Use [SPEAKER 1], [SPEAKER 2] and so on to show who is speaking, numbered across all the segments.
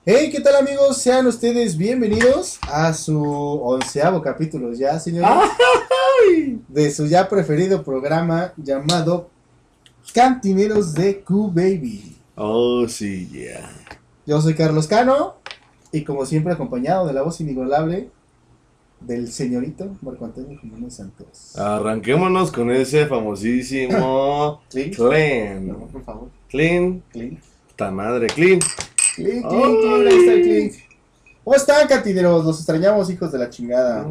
[SPEAKER 1] Hey, ¿qué tal amigos? Sean ustedes bienvenidos a su 11º capítulo ya, señores,
[SPEAKER 2] ¡Ay!
[SPEAKER 1] de su ya preferido programa llamado Cantineros de Q-Baby.
[SPEAKER 2] Oh, sí, yeah.
[SPEAKER 1] Yo soy Carlos Cano y como siempre acompañado de la voz inigualable del señorito Marco Antonio Jiménez Santos.
[SPEAKER 2] Arranquémonos con ese famosísimo
[SPEAKER 1] ¿Clean?
[SPEAKER 2] Clean.
[SPEAKER 1] No, por favor.
[SPEAKER 2] Clean.
[SPEAKER 1] Clean.
[SPEAKER 2] ¡Ta madre! Clean.
[SPEAKER 1] Clean, clean, clean, ahí está el clean. ¿Cómo están, cantineros? Los extrañamos, hijos de la chingada.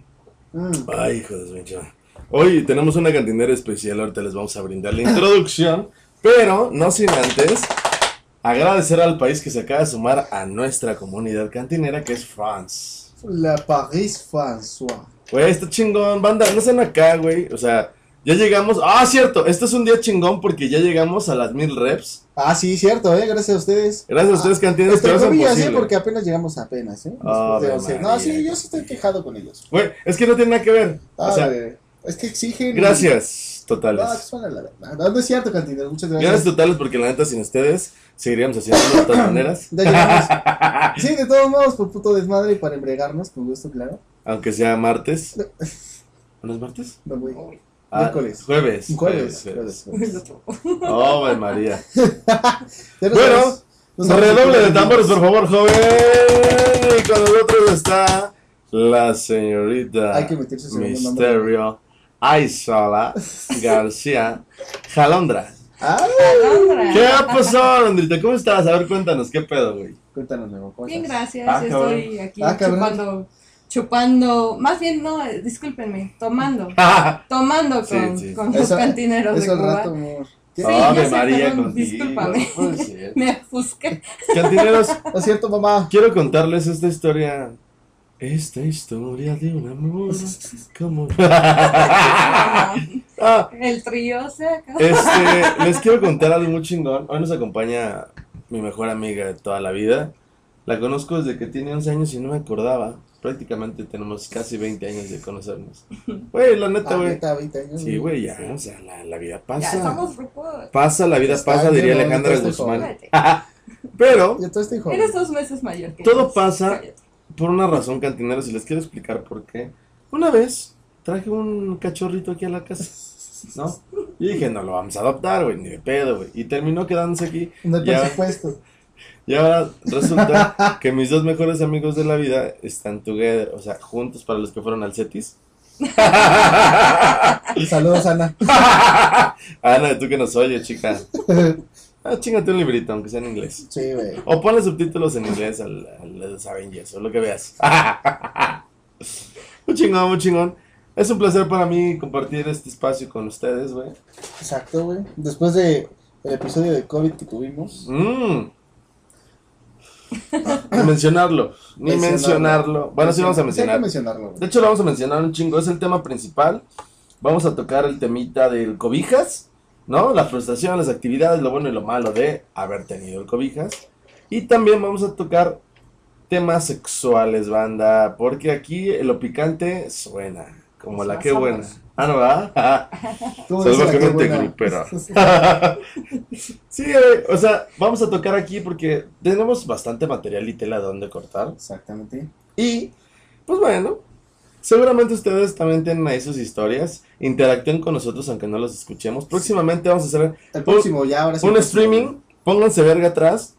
[SPEAKER 2] Ay, hijo de su pinche. Hoy tenemos una cantinera especial, ahorita les vamos a brindar la introducción, pero no sin antes agradecer al país que se acaba de sumar a nuestra comunidad cantinera, que es France.
[SPEAKER 1] La Paris François.
[SPEAKER 2] Güey, está chingón, banda, no sean acá, güey, o sea, ya llegamos, cierto, este es un día chingón porque ya llegamos a las 1000 reps.
[SPEAKER 1] Ah, sí, cierto, gracias a ustedes.
[SPEAKER 2] Gracias a ustedes, cantineros, que
[SPEAKER 1] Entre
[SPEAKER 2] lo hacen
[SPEAKER 1] comillas,
[SPEAKER 2] posible.
[SPEAKER 1] porque apenas llegamos apenas,
[SPEAKER 2] Ah,
[SPEAKER 1] Después de
[SPEAKER 2] de
[SPEAKER 1] 11. No,
[SPEAKER 2] María.
[SPEAKER 1] sí, yo sí estoy quejado con ellos.
[SPEAKER 2] Güey, es que no tiene nada que ver, o sea,
[SPEAKER 1] Es que exigen.
[SPEAKER 2] gracias
[SPEAKER 1] No,
[SPEAKER 2] totales.
[SPEAKER 1] que suena la verdad. No es cierto, cantinero, muchas gracias.
[SPEAKER 2] Gracias totales porque la neta sin ustedes seguiríamos haciendo de todas maneras.
[SPEAKER 1] Ya llegamos. Sí, de todos modos, por puto desmadre y para embriagarnos, con gusto, claro.
[SPEAKER 2] Aunque sea martes. ¿No es martes?
[SPEAKER 1] No, güey.
[SPEAKER 2] Jueves.
[SPEAKER 1] Jueves.
[SPEAKER 2] Oh, my María.
[SPEAKER 1] Ya nos
[SPEAKER 2] Bueno,
[SPEAKER 1] vamos. Nos vamos
[SPEAKER 2] redoble de
[SPEAKER 1] a-
[SPEAKER 2] tambores, por favor, joven. Y con nosotros está la señorita
[SPEAKER 1] Hay que meterse su segundo nombre.
[SPEAKER 2] Misterio Aisola García Jalondra.
[SPEAKER 1] Ah,
[SPEAKER 3] Alondra.
[SPEAKER 2] ¿Qué ha pasado, Alondrita? ¿Cómo estás? A ver, cuéntanos, ¿qué pedo, güey?
[SPEAKER 1] cuéntanos, Memo, ¿cómo
[SPEAKER 3] Bien,
[SPEAKER 1] estás?
[SPEAKER 3] gracias.
[SPEAKER 2] Ah, cabrón.
[SPEAKER 3] Estoy aquí
[SPEAKER 1] Cabrón.
[SPEAKER 3] chupando, más bien no, discúlpenme, tomando
[SPEAKER 2] Sí.
[SPEAKER 3] con los cantineros de
[SPEAKER 1] Eso al
[SPEAKER 3] Cuba.
[SPEAKER 1] rato, amor. ¿Qué?
[SPEAKER 3] Sí,
[SPEAKER 2] Ave
[SPEAKER 3] ya sé,
[SPEAKER 2] María
[SPEAKER 3] perdón,
[SPEAKER 2] contigo.
[SPEAKER 3] discúlpame.
[SPEAKER 2] No puede ser.
[SPEAKER 3] Me ofusqué.
[SPEAKER 2] Cantineros,
[SPEAKER 1] ¿No es cierto, mamá?
[SPEAKER 2] quiero contarles esta historia. Esta historia de un amor. ¿Cómo? Ah,
[SPEAKER 3] El trío se acabó.
[SPEAKER 2] les quiero contar algo muy chingón. Hoy nos acompaña mi mejor amiga de toda la vida. La conozco desde que tiene 11 años y no me acordaba. Prácticamente tenemos casi 20 años de conocernos. Güey, la neta, güey.
[SPEAKER 1] Neta, 20 años.
[SPEAKER 2] Sí, güey, ya, o sea, la vida
[SPEAKER 3] Ya
[SPEAKER 2] pasa.
[SPEAKER 3] somos grupos.
[SPEAKER 2] Pasa, la vida
[SPEAKER 1] Está
[SPEAKER 2] pasa, diría
[SPEAKER 1] bien,
[SPEAKER 2] Alejandra
[SPEAKER 1] ahorita estoy
[SPEAKER 2] Guzmán.
[SPEAKER 3] Cállate.
[SPEAKER 2] Pero,
[SPEAKER 1] Ya todo estoy joven.
[SPEAKER 3] Eres 2 meses mayor que
[SPEAKER 2] Todo
[SPEAKER 3] yo.
[SPEAKER 2] pasa.
[SPEAKER 3] Cállate.
[SPEAKER 2] por una razón, cantineros, y les quiero explicar por qué. Una vez traje un cachorrito aquí a la casa, ¿no? Y dije, no lo vamos a adoptar, güey, ni de pedo, güey. Y terminó quedándose aquí.
[SPEAKER 1] No hay
[SPEAKER 2] Ya.
[SPEAKER 1] presupuesto.
[SPEAKER 2] Y ahora resulta que mis dos mejores amigos de la vida están together, o sea, juntos para los que fueron al CETIS.
[SPEAKER 1] Saludos, Ana.
[SPEAKER 2] Ana, tú que nos oyes, chica. Chíngate un librito, aunque sea en inglés.
[SPEAKER 1] Sí, güey.
[SPEAKER 2] O ponle subtítulos en inglés al de los Avengers, o lo que veas. Muy chingón, muy chingón. Es un placer para mí compartir este espacio con ustedes, güey.
[SPEAKER 1] Exacto, güey. Después de el episodio de COVID que tuvimos.
[SPEAKER 2] Ni mencionarlo, ni mencionarlo. Bueno, sí vamos a
[SPEAKER 1] Hay que
[SPEAKER 2] mencionar.
[SPEAKER 1] mencionarlo,
[SPEAKER 2] De
[SPEAKER 1] güey.
[SPEAKER 2] hecho, lo vamos a mencionar un chingo, es el tema principal. Vamos a tocar el temita del cobijas, ¿no? La frustración, las actividades, lo bueno y lo malo de haber tenido el cobijas. Y también vamos a tocar temas sexuales, banda, porque aquí lo picante suena, como
[SPEAKER 3] Es
[SPEAKER 2] la
[SPEAKER 3] más
[SPEAKER 2] que buena.
[SPEAKER 3] sabroso.
[SPEAKER 2] ¿No va?
[SPEAKER 1] ¿Cómo dice la que
[SPEAKER 2] Salvajemente
[SPEAKER 1] buena?
[SPEAKER 2] grupera. Sí, o sea, vamos a tocar aquí porque tenemos bastante material y tela donde cortar.
[SPEAKER 1] Exactamente.
[SPEAKER 2] Y, pues bueno, seguramente ustedes también tienen ahí sus historias. Interactúen con nosotros aunque no los escuchemos. Próximamente vamos a hacer
[SPEAKER 1] El próximo, ya, ahora sí.
[SPEAKER 2] un
[SPEAKER 1] el próximo,
[SPEAKER 2] streaming. Pónganse verga atrás.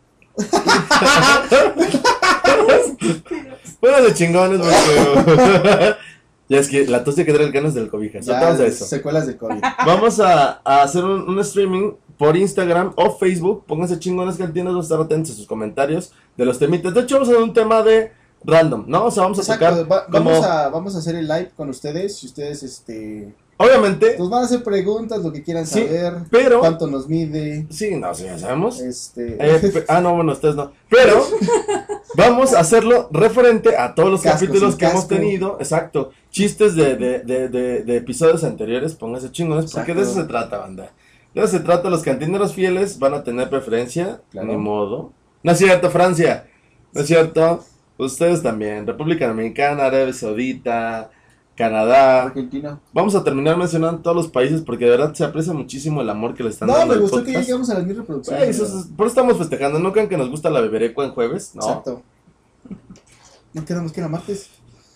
[SPEAKER 2] Pónganse chingones porque... Ya es que la tos de que trae el ganas del cobija.
[SPEAKER 1] Ya,
[SPEAKER 2] Saltamos a eso.
[SPEAKER 1] secuelas de COVID.
[SPEAKER 2] Vamos a hacer un streaming por Instagram o Facebook. Pónganse chingones cantinas, vamos a estar atentos a sus comentarios de los temitas. De hecho, vamos a hacer un tema de random, ¿no? O sea, vamos a
[SPEAKER 1] Exacto.
[SPEAKER 2] tocar como...
[SPEAKER 1] Vamos a hacer el live con ustedes. Si ustedes,
[SPEAKER 2] Obviamente,
[SPEAKER 1] nos van a hacer preguntas, lo que quieran
[SPEAKER 2] Sí,
[SPEAKER 1] saber.
[SPEAKER 2] pero...
[SPEAKER 1] Cuánto nos mide.
[SPEAKER 2] Sí, no, sí, ya sabemos. No, bueno, ustedes no. Pero vamos a hacerlo referente a todos los
[SPEAKER 1] Casco
[SPEAKER 2] capítulos
[SPEAKER 1] sin
[SPEAKER 2] que hemos
[SPEAKER 1] casco.
[SPEAKER 2] tenido. Exacto. Chistes de episodios anteriores, pónganse chingones, porque de eso
[SPEAKER 1] Exacto.
[SPEAKER 2] se trata, banda. De eso se trata, los cantineros fieles van a tener preferencia,
[SPEAKER 1] Claro.
[SPEAKER 2] ni modo. No es cierto, Francia. No es cierto. Ustedes también. República Dominicana, Arabia Saudita, Canadá.
[SPEAKER 1] Argentina.
[SPEAKER 2] Vamos a terminar mencionando todos los países porque de verdad se aprecia muchísimo el amor que le están
[SPEAKER 1] No,
[SPEAKER 2] dando
[SPEAKER 1] me
[SPEAKER 2] al
[SPEAKER 1] gustó que
[SPEAKER 2] podcast.
[SPEAKER 1] lleguemos a las 1000
[SPEAKER 2] Güey,
[SPEAKER 1] reproducciones.
[SPEAKER 2] por eso estamos festejando. No crean que nos gusta la beberecua en jueves, ¿no?
[SPEAKER 1] Exacto. No quedamos que era martes.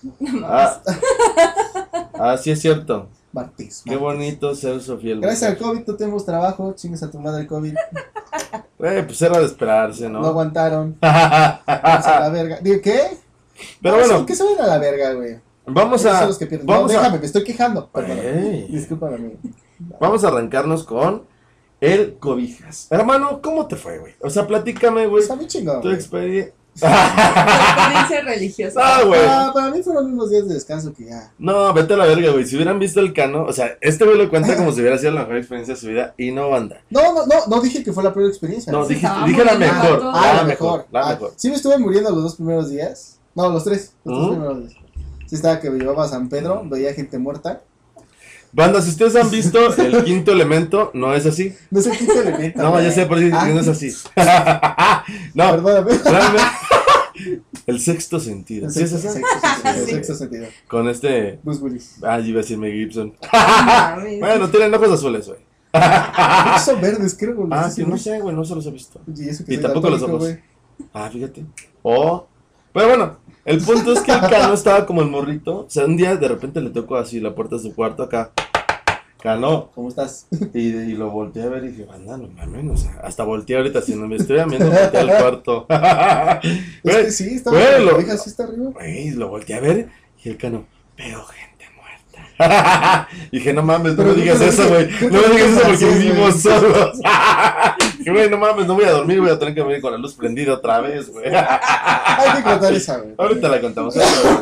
[SPEAKER 2] Sí es cierto.
[SPEAKER 1] Martes.
[SPEAKER 2] Qué bonito ser Sofía.
[SPEAKER 1] Gracias al COVID no tenemos trabajo. Chingues a tu madre el COVID.
[SPEAKER 2] Pues era de esperarse,
[SPEAKER 1] No
[SPEAKER 2] ¿no?
[SPEAKER 1] aguantaron. Vamos a la verga. Digo, ¿qué?
[SPEAKER 2] Pero
[SPEAKER 1] No,
[SPEAKER 2] bueno,
[SPEAKER 1] ¿qué se van a la verga, güey?
[SPEAKER 2] vamos
[SPEAKER 1] Esos son
[SPEAKER 2] a
[SPEAKER 1] los que pierden.
[SPEAKER 2] vamos
[SPEAKER 1] No,
[SPEAKER 2] a-
[SPEAKER 1] déjame, me estoy quejando. Perdón.
[SPEAKER 2] Ey.
[SPEAKER 1] Discúlpame, amigo.
[SPEAKER 2] Amos a arrancarnos con el cobijas. Hermano, ¿cómo te fue, güey? O sea, platícame, güey,
[SPEAKER 1] Está bien chingón.
[SPEAKER 2] tu
[SPEAKER 1] güey.
[SPEAKER 2] experiencia.
[SPEAKER 3] Experiencia religiosa.
[SPEAKER 2] Ah, güey.
[SPEAKER 1] Para mí fueron unos días de descanso que ya.
[SPEAKER 2] No, vete a la verga, güey. Si hubieran visto el cano, o sea, este güey lo cuenta como si hubiera sido la mejor experiencia de su vida y no banda.
[SPEAKER 1] No dije que fue la peor experiencia.
[SPEAKER 2] No,
[SPEAKER 3] Sí,
[SPEAKER 2] dije
[SPEAKER 3] estaba
[SPEAKER 2] la
[SPEAKER 3] muriendo
[SPEAKER 2] mejor.
[SPEAKER 3] todo.
[SPEAKER 2] La mejor. La mejor.
[SPEAKER 1] Sí me estuve muriendo los 2 primeros días. No, los 3. Los 3
[SPEAKER 2] ¿Mm?
[SPEAKER 1] primeros días. Sí estaba que me llevaba a San Pedro, veía gente muerta.
[SPEAKER 2] Banda, si ustedes han visto el quinto elemento, no es así.
[SPEAKER 1] No sé qué elemento.
[SPEAKER 2] No,
[SPEAKER 1] güey.
[SPEAKER 2] ya sé por si
[SPEAKER 1] Ah,
[SPEAKER 2] no es así. No,
[SPEAKER 1] Perdóname.
[SPEAKER 2] realmente. El sexto sentido. ¿Sí es
[SPEAKER 1] Sexto
[SPEAKER 2] esa?
[SPEAKER 1] sentido,
[SPEAKER 3] Sí.
[SPEAKER 1] sexto sentido.
[SPEAKER 2] Con este.
[SPEAKER 1] Bruce Willis.
[SPEAKER 2] Iba a decirme Gibson.
[SPEAKER 3] No mames.
[SPEAKER 2] Bueno, tienen ojos azules, güey.
[SPEAKER 1] Son verdes, creo. güey.
[SPEAKER 2] Que no sé, güey, no se los he visto.
[SPEAKER 1] Y eso que
[SPEAKER 2] Y
[SPEAKER 1] soy
[SPEAKER 2] tampoco los
[SPEAKER 1] daltónico,
[SPEAKER 2] ojos.
[SPEAKER 1] güey.
[SPEAKER 2] Fíjate. Pero bueno, el punto es que el Cano estaba como el morrito. O sea, un día de repente le tocó así la puerta de su cuarto acá. Cano.
[SPEAKER 1] ¿Cómo estás?
[SPEAKER 2] Y lo volteé a ver y dije, banda, no mames. O sea, hasta volteé ahorita si no me estoy viendo, volteé al cuarto.
[SPEAKER 1] Es
[SPEAKER 2] Güey,
[SPEAKER 1] que sí, está
[SPEAKER 2] güey,
[SPEAKER 1] la
[SPEAKER 2] lo-
[SPEAKER 1] cobija sí está arriba.
[SPEAKER 2] güey, lo volteé a ver y el Cano, veo gente muerta. Dije, no mames, no
[SPEAKER 1] Pero
[SPEAKER 2] me digas
[SPEAKER 1] no,
[SPEAKER 2] eso, güey.
[SPEAKER 1] no,
[SPEAKER 2] No me digas eso porque
[SPEAKER 1] sí, güey.
[SPEAKER 2] vivimos solos. Dije, güey, no mames, no voy a dormir, voy a tener que dormir con la luz prendida otra vez, güey.
[SPEAKER 1] Hay que contar esa, güey.
[SPEAKER 2] Ahorita la contamos.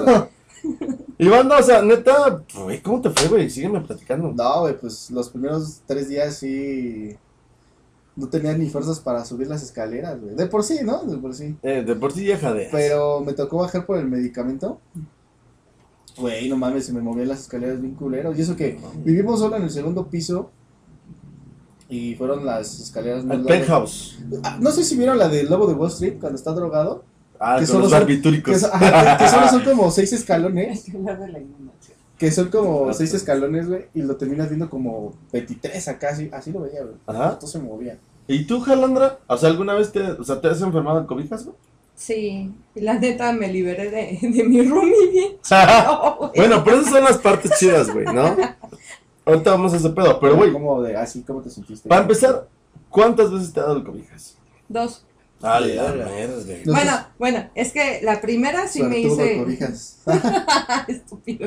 [SPEAKER 2] Y banda, o sea, neta, güey, ¿cómo te fue, güey? Sígueme platicando.
[SPEAKER 1] No, güey, pues los primeros 3 días sí. No tenía ni fuerzas para subir las escaleras, güey. De por sí, ¿no? De por sí.
[SPEAKER 2] De por sí ya jadeas.
[SPEAKER 1] Pero me tocó bajar por el medicamento. Güey, no mames, se me movían las escaleras bien culeros. Y eso que vivimos solo en el segundo piso. Y fueron las escaleras más
[SPEAKER 2] El
[SPEAKER 1] largas.
[SPEAKER 2] penthouse.
[SPEAKER 1] No sé si vieron la del Lobo de Wall Street cuando está drogado.
[SPEAKER 2] Con
[SPEAKER 1] Que solo
[SPEAKER 2] los
[SPEAKER 1] son-
[SPEAKER 2] barbitúricos.
[SPEAKER 1] Que solo son como 6 escalones.
[SPEAKER 3] Hay que hablar de la inundación.
[SPEAKER 1] Que son como 6 escalones, güey. Y lo terminas viendo como 23 acá. Así lo veía, güey.
[SPEAKER 2] Ajá.
[SPEAKER 1] Todo se movía.
[SPEAKER 2] ¿Y tú, Jalandra? O sea, ¿alguna vez te has enfermado en cobijas, güey?
[SPEAKER 3] Sí, y la neta me liberé de mi roomie bien chido, güey.
[SPEAKER 2] Bueno, pero esas son las partes chidas, güey, ¿no? Ahorita vamos a ese pedo, pero güey,
[SPEAKER 1] ¿Cómo te sentiste?
[SPEAKER 2] para empezar, ¿cuántas veces te ha dado el cobijas?
[SPEAKER 3] 2.
[SPEAKER 2] La
[SPEAKER 1] verga.
[SPEAKER 2] merda.
[SPEAKER 1] No.
[SPEAKER 3] Bueno, es que la primera sí me
[SPEAKER 1] Suertudo,
[SPEAKER 3] hice...
[SPEAKER 1] cobijas.
[SPEAKER 3] Estúpido.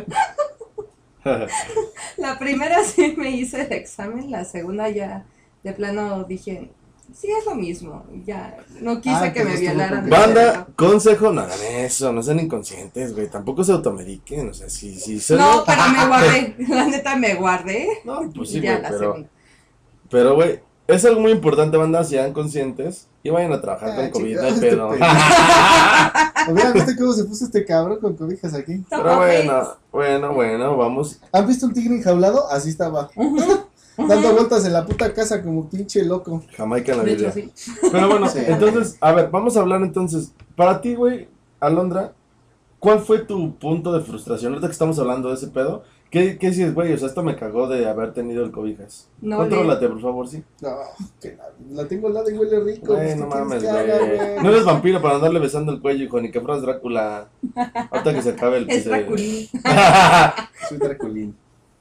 [SPEAKER 3] La primera sí me hice el examen, la segunda ya de plano dije, sí es lo mismo, ya no quise que me
[SPEAKER 1] entonces
[SPEAKER 3] violaran.
[SPEAKER 1] estuvo
[SPEAKER 2] Banda, consejo, no hagan eso, no sean inconscientes, güey, tampoco se automediquen, o sea, si se...
[SPEAKER 3] No, pero me guardé, la neta me guardé.
[SPEAKER 2] No, pues sí,
[SPEAKER 3] y ya
[SPEAKER 2] güey,
[SPEAKER 3] la segunda.
[SPEAKER 2] pero, güey, es algo muy importante, banda, sean conscientes y vayan a trabajar con COVID, no hay
[SPEAKER 1] este
[SPEAKER 2] pedo.
[SPEAKER 1] pendejo. ¿Hubieran visto cómo se puso este cabrón con cobijas aquí?
[SPEAKER 2] Pero bueno, vamos.
[SPEAKER 1] ¿Han visto un tigre enjaulado? Así estaba. Dando vueltas en la puta casa como pinche loco.
[SPEAKER 2] Jamaica en la
[SPEAKER 3] De hecho,
[SPEAKER 2] Biblia.
[SPEAKER 3] sí.
[SPEAKER 2] Pero bueno,
[SPEAKER 1] Sí.
[SPEAKER 2] entonces, a ver, vamos a hablar entonces. Para ti, güey, Alondra, ¿cuál fue tu punto de frustración? Ahorita que estamos hablando de ese pedo, ¿qué dices, güey? O sea, esto me cagó de haber tenido el cobijas.
[SPEAKER 3] No,
[SPEAKER 2] Contrólate, por favor, sí.
[SPEAKER 1] No, que la tengo al lado y huele rico.
[SPEAKER 2] Güey,
[SPEAKER 1] pues,
[SPEAKER 2] no
[SPEAKER 1] ¿qué
[SPEAKER 2] mames,
[SPEAKER 1] quieres que haga,
[SPEAKER 2] güey. No eres vampiro para andarle besando el cuello, hijo, ni que fueras Drácula. Ahorita que se acabe el...
[SPEAKER 3] Es Draculín.
[SPEAKER 1] Soy Draculín.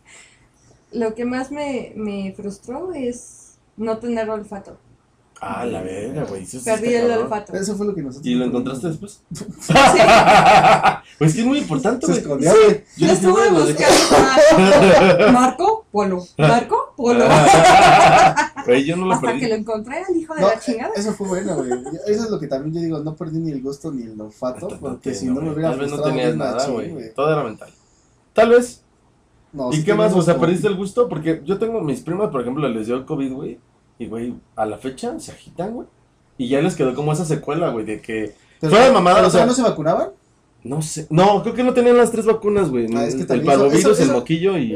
[SPEAKER 3] Lo que más me frustró es no tener olfato.
[SPEAKER 2] La verga, güey. Eso sí
[SPEAKER 3] Perdí
[SPEAKER 2] está
[SPEAKER 3] el
[SPEAKER 2] cabrón.
[SPEAKER 3] olfato.
[SPEAKER 1] Eso fue lo que nosotros.
[SPEAKER 2] ¿Y lo encontraste después?
[SPEAKER 3] Sí,
[SPEAKER 2] Pues que es muy importante,
[SPEAKER 1] Se
[SPEAKER 2] güey.
[SPEAKER 1] escondía, güey.
[SPEAKER 2] Yo
[SPEAKER 3] lo
[SPEAKER 2] dije, güey,
[SPEAKER 3] estuve
[SPEAKER 2] lo dejé-
[SPEAKER 3] buscando. Marco Polo. Marco Polo.
[SPEAKER 2] Güey, yo no lo
[SPEAKER 3] Hasta que
[SPEAKER 2] perdí.
[SPEAKER 3] lo encontré al hijo de
[SPEAKER 1] No,
[SPEAKER 3] la chingada.
[SPEAKER 1] eso fue bueno, güey. Eso es lo que también yo digo, no perdí ni el gusto ni el olfato,
[SPEAKER 2] Hasta
[SPEAKER 1] porque
[SPEAKER 2] tanto,
[SPEAKER 1] si no me
[SPEAKER 2] güey.
[SPEAKER 1] hubiera
[SPEAKER 2] Tal vez no
[SPEAKER 1] frustrado
[SPEAKER 2] tenías
[SPEAKER 1] bien
[SPEAKER 2] nada,
[SPEAKER 1] machín,
[SPEAKER 2] güey. Todo era mental. Tal vez.
[SPEAKER 1] No,
[SPEAKER 2] ¿Y
[SPEAKER 1] sí
[SPEAKER 2] qué más? O
[SPEAKER 1] teníamos
[SPEAKER 2] sea,
[SPEAKER 1] como-
[SPEAKER 2] ¿perdiste el gusto? Porque yo tengo mis primas, por ejemplo, les dio el COVID, güey. Y, güey, a la fecha se agitan, güey. Y ya les quedó como esa secuela, güey, de que...
[SPEAKER 1] Pero-
[SPEAKER 2] Fuera de mamada,
[SPEAKER 1] pero,
[SPEAKER 2] o sea-
[SPEAKER 1] ¿no se vacunaban?
[SPEAKER 2] No sé. No, creo que no tenían las 3 vacunas, güey.
[SPEAKER 1] Ah, es que
[SPEAKER 2] El
[SPEAKER 1] también
[SPEAKER 2] parvovirus,
[SPEAKER 1] eso-
[SPEAKER 2] el
[SPEAKER 1] eso-
[SPEAKER 2] moquillo y...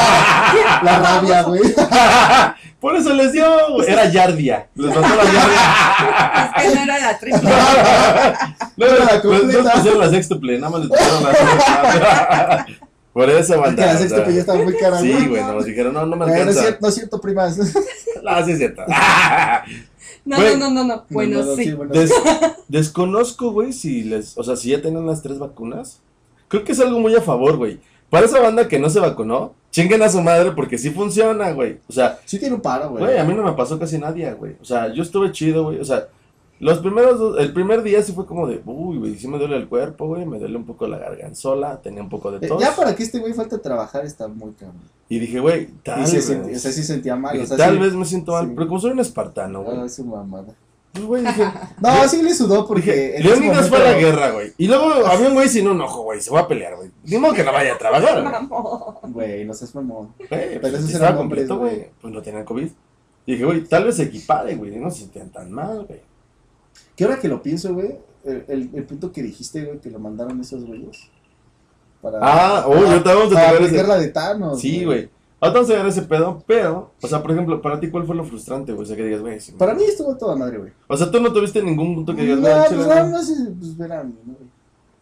[SPEAKER 1] La rabia, güey.
[SPEAKER 2] Por eso les dio, güey. Era yardia. Les mató la yardia.
[SPEAKER 3] Es que no era la triple.
[SPEAKER 2] No,
[SPEAKER 1] Era la
[SPEAKER 2] no, no
[SPEAKER 1] completa.
[SPEAKER 2] pusieron la sextuple, nada más les pusieron la sextuple. Por eso,
[SPEAKER 1] Es que
[SPEAKER 2] banda.
[SPEAKER 1] la
[SPEAKER 2] o
[SPEAKER 1] sexta
[SPEAKER 2] sea,
[SPEAKER 1] pues ya estaba muy cara,
[SPEAKER 2] sí,
[SPEAKER 1] güey.
[SPEAKER 2] güey, nos dijeron, no me
[SPEAKER 1] No es
[SPEAKER 2] alcanza.
[SPEAKER 1] cierto, no es cierto, primas.
[SPEAKER 2] Ah, sí es cierto.
[SPEAKER 3] No,
[SPEAKER 2] Güey.
[SPEAKER 3] no. Bueno,
[SPEAKER 1] No,
[SPEAKER 3] sí.
[SPEAKER 1] bueno,
[SPEAKER 2] Des- desconozco, güey, o sea, si ya tenían las 3 vacunas. Creo que es algo muy a favor, güey. Para esa banda que no se vacunó, chinguen a su madre porque sí funciona, güey. O sea,
[SPEAKER 1] sí tiene un paro, güey.
[SPEAKER 2] güey, a mí no me pasó casi nadie, güey. O sea, yo estuve chido, güey. O sea, el primer día sí fue como de, uy, güey, sí me duele el cuerpo, güey. Me duele un poco la garganzola, tenía un poco de tos.
[SPEAKER 1] Ya para que este güey falte trabajar está muy cabrón.
[SPEAKER 2] Y dije, güey, tal
[SPEAKER 1] Y
[SPEAKER 2] vez.
[SPEAKER 1] o sea, sí sentía mal.
[SPEAKER 2] Dije,
[SPEAKER 1] O sea,
[SPEAKER 2] tal
[SPEAKER 1] sí.
[SPEAKER 2] vez me siento mal,
[SPEAKER 1] sí.
[SPEAKER 2] pero como soy un espartano, güey.
[SPEAKER 1] Ah, es su mamada.
[SPEAKER 2] Pues, güey, dije,
[SPEAKER 1] No, sí le sudó porque.
[SPEAKER 2] dije,
[SPEAKER 1] en ese
[SPEAKER 2] Leónidas fue a
[SPEAKER 1] momento-
[SPEAKER 2] la guerra, güey. Y luego había un güey sin un ojo, güey, se va a pelear, güey. Ni modo que no vaya a trabajar, güey.
[SPEAKER 3] Mamón.
[SPEAKER 1] Güey, no seas mamón.
[SPEAKER 2] Güey,
[SPEAKER 1] Pero
[SPEAKER 2] pues,
[SPEAKER 1] esos
[SPEAKER 2] sí
[SPEAKER 1] eran
[SPEAKER 2] estaba
[SPEAKER 1] hombres,
[SPEAKER 2] completo,
[SPEAKER 1] güey.
[SPEAKER 2] güey. Pues no tenían COVID. Y dije, güey, tal vez se equipare, güey. No se sentían tan mal, güey.
[SPEAKER 1] Que ahora que lo pienso, güey, el punto que dijiste, güey, que lo mandaron esos güeyes. Para,
[SPEAKER 2] yo te vamos a
[SPEAKER 1] para
[SPEAKER 2] tocar
[SPEAKER 1] aplicar
[SPEAKER 2] ese.
[SPEAKER 1] la de Thanos.
[SPEAKER 2] Sí, güey. Ahorita vamos a llegar a ese pedo, pero, o sea, por ejemplo, para ti, ¿cuál fue lo frustrante, güey? O sea, que digas, güey, sí,
[SPEAKER 1] Para mí estuvo toda madre, güey.
[SPEAKER 2] o sea, tú no tuviste ningún punto que digas,
[SPEAKER 1] No,
[SPEAKER 2] güey,
[SPEAKER 1] pues
[SPEAKER 2] chile,
[SPEAKER 1] nada
[SPEAKER 2] güey.
[SPEAKER 1] más, pues ver a mí, ¿no, güey?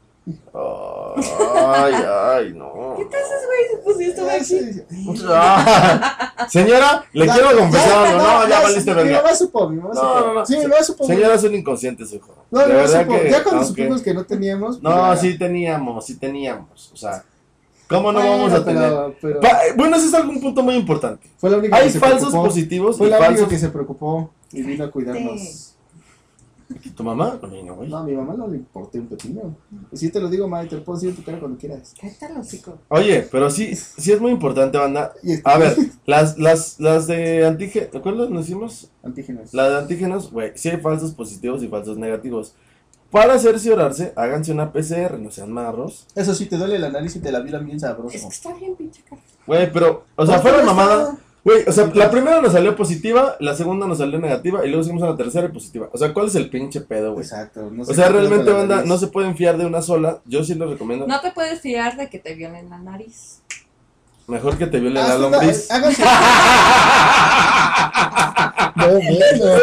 [SPEAKER 2] Ay, no.
[SPEAKER 3] ¿Qué te haces, güey? Pues sí, estuve aquí.
[SPEAKER 2] Ah, señora, le quiero confesar algo. No, ya valiste
[SPEAKER 1] Mi
[SPEAKER 2] verga.
[SPEAKER 1] mamá supo, mi mamá
[SPEAKER 2] No,
[SPEAKER 1] supo.
[SPEAKER 2] no, no.
[SPEAKER 1] Sí, mi mamá supo. güey.
[SPEAKER 2] Señora, son inconscientes, hijo.
[SPEAKER 1] No,
[SPEAKER 2] De
[SPEAKER 1] mi mamá
[SPEAKER 2] verdad
[SPEAKER 1] supo.
[SPEAKER 2] que,
[SPEAKER 1] Ya cuando
[SPEAKER 2] aunque-
[SPEAKER 1] supimos que no teníamos.
[SPEAKER 2] No,
[SPEAKER 1] ya-
[SPEAKER 2] sí teníamos. O sea, ¿cómo no
[SPEAKER 1] Bueno,
[SPEAKER 2] vamos a tener?
[SPEAKER 1] pero
[SPEAKER 2] Bueno, ese es algún punto muy importante.
[SPEAKER 1] fue la única
[SPEAKER 2] Hay
[SPEAKER 1] que se
[SPEAKER 2] falsos
[SPEAKER 1] preocupó.
[SPEAKER 2] positivos
[SPEAKER 1] Fue
[SPEAKER 2] y
[SPEAKER 1] la única
[SPEAKER 2] falsos.
[SPEAKER 1] que se preocupó y vino a cuidarnos.
[SPEAKER 2] ¿Tu mamá? No vino, güey.
[SPEAKER 1] No, a mi mamá no le importé un pepino. Y si te lo digo, madre, te lo puedo decir en tu cara cuando quieras.
[SPEAKER 3] Cállate el hocico.
[SPEAKER 2] Oye, pero sí es muy importante, banda.
[SPEAKER 1] Y
[SPEAKER 2] A ver, las de antígenos, ¿cuáles nos hicimos?
[SPEAKER 1] antígenos.
[SPEAKER 2] Las de antígenos, güey, sí hay falsos positivos y falsos negativos. Para cerciorarse, háganse una PCR, no sean marros.
[SPEAKER 1] Eso sí, te duele la nariz y te la violan bien sabroso.
[SPEAKER 3] Es que está bien, pinche cara.
[SPEAKER 2] Güey, pero, o sea,
[SPEAKER 1] No,
[SPEAKER 2] fuera
[SPEAKER 1] pero
[SPEAKER 2] mamada.
[SPEAKER 1] está-
[SPEAKER 2] Güey, o sea, la primera nos salió positiva, la segunda nos salió negativa y luego hicimos una tercera y positiva. O sea, ¿cuál es el pinche pedo, güey?
[SPEAKER 1] Exacto. No
[SPEAKER 2] O
[SPEAKER 1] sé
[SPEAKER 2] sea,
[SPEAKER 1] qué pedo
[SPEAKER 2] realmente,
[SPEAKER 1] con la
[SPEAKER 2] banda,
[SPEAKER 1] nariz.
[SPEAKER 2] no se pueden fiar de una sola. Yo sí les recomiendo.
[SPEAKER 3] No te puedes fiar de que te violen la nariz.
[SPEAKER 2] Mejor que te viole la
[SPEAKER 1] Hasta
[SPEAKER 2] lombriz.
[SPEAKER 1] háganse. No, bueno.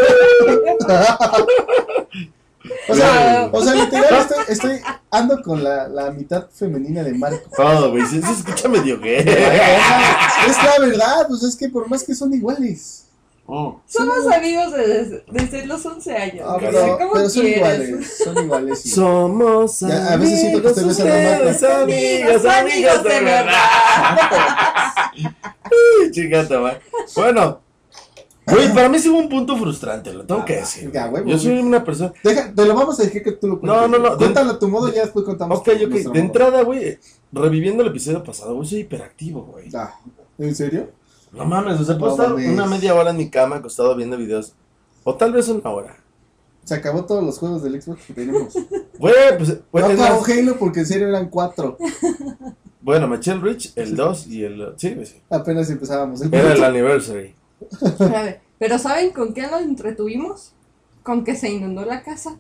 [SPEAKER 1] O sea, literal, ando con la mitad femenina de Marco.
[SPEAKER 2] Todo, güey, se escucha medio gay.
[SPEAKER 1] Es la verdad, pues es que por más que son iguales.
[SPEAKER 2] Mm.
[SPEAKER 3] Somos amigos desde los 11 años.
[SPEAKER 1] Ah,
[SPEAKER 3] güey.
[SPEAKER 2] pero-
[SPEAKER 3] ¿Cómo
[SPEAKER 1] pero son
[SPEAKER 3] quieres?
[SPEAKER 1] iguales, son iguales. Sí.
[SPEAKER 2] Somos
[SPEAKER 1] Ya, a veces siento que estoy besando a
[SPEAKER 2] ustedes,
[SPEAKER 1] Marco.
[SPEAKER 2] amigos de verdad. Chingata, güey. Bueno, güey, para mí sí hubo un punto frustrante, lo tengo que decir.
[SPEAKER 1] Ya, güey,
[SPEAKER 2] Yo soy
[SPEAKER 1] güey.
[SPEAKER 2] una persona.
[SPEAKER 1] Te lo vamos a dejar que tú lo cuentes.
[SPEAKER 2] No.
[SPEAKER 1] Cuéntalo a tu modo y ya después contamos.
[SPEAKER 2] Ok,
[SPEAKER 1] nuestro
[SPEAKER 2] de
[SPEAKER 1] modo.
[SPEAKER 2] entrada, güey, reviviendo el episodio pasado, güey, soy hiperactivo, güey.
[SPEAKER 1] Ah, ¿en serio?
[SPEAKER 2] No mames, o sea, puedo
[SPEAKER 1] No
[SPEAKER 2] estar
[SPEAKER 1] mames.
[SPEAKER 2] una media hora en mi cama acostado viendo videos. O tal vez una hora.
[SPEAKER 1] Se acabó todos los juegos del Xbox que tenemos.
[SPEAKER 2] Güey, pues.
[SPEAKER 1] No
[SPEAKER 2] es
[SPEAKER 1] acabó
[SPEAKER 2] más,
[SPEAKER 1] Halo porque en serio eran 4.
[SPEAKER 2] bueno, me eché el Reach, el 2 y el. Sí, güey, sí.
[SPEAKER 1] Apenas empezábamos.
[SPEAKER 2] Era el anniversary.
[SPEAKER 3] A ver, pero ¿saben con qué nos entretuvimos? Con que se inundó la casa.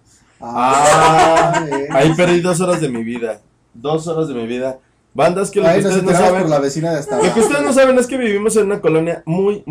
[SPEAKER 2] Ahí perdí 2 horas de mi vida. 2 horas de mi vida. Bandas que lo que
[SPEAKER 1] Ahí nos
[SPEAKER 2] ustedes no
[SPEAKER 1] enteramos
[SPEAKER 2] saben.
[SPEAKER 1] por la vecina de hasta
[SPEAKER 2] Lo que
[SPEAKER 1] abajo.
[SPEAKER 2] ustedes no saben es que vivimos en una colonia muy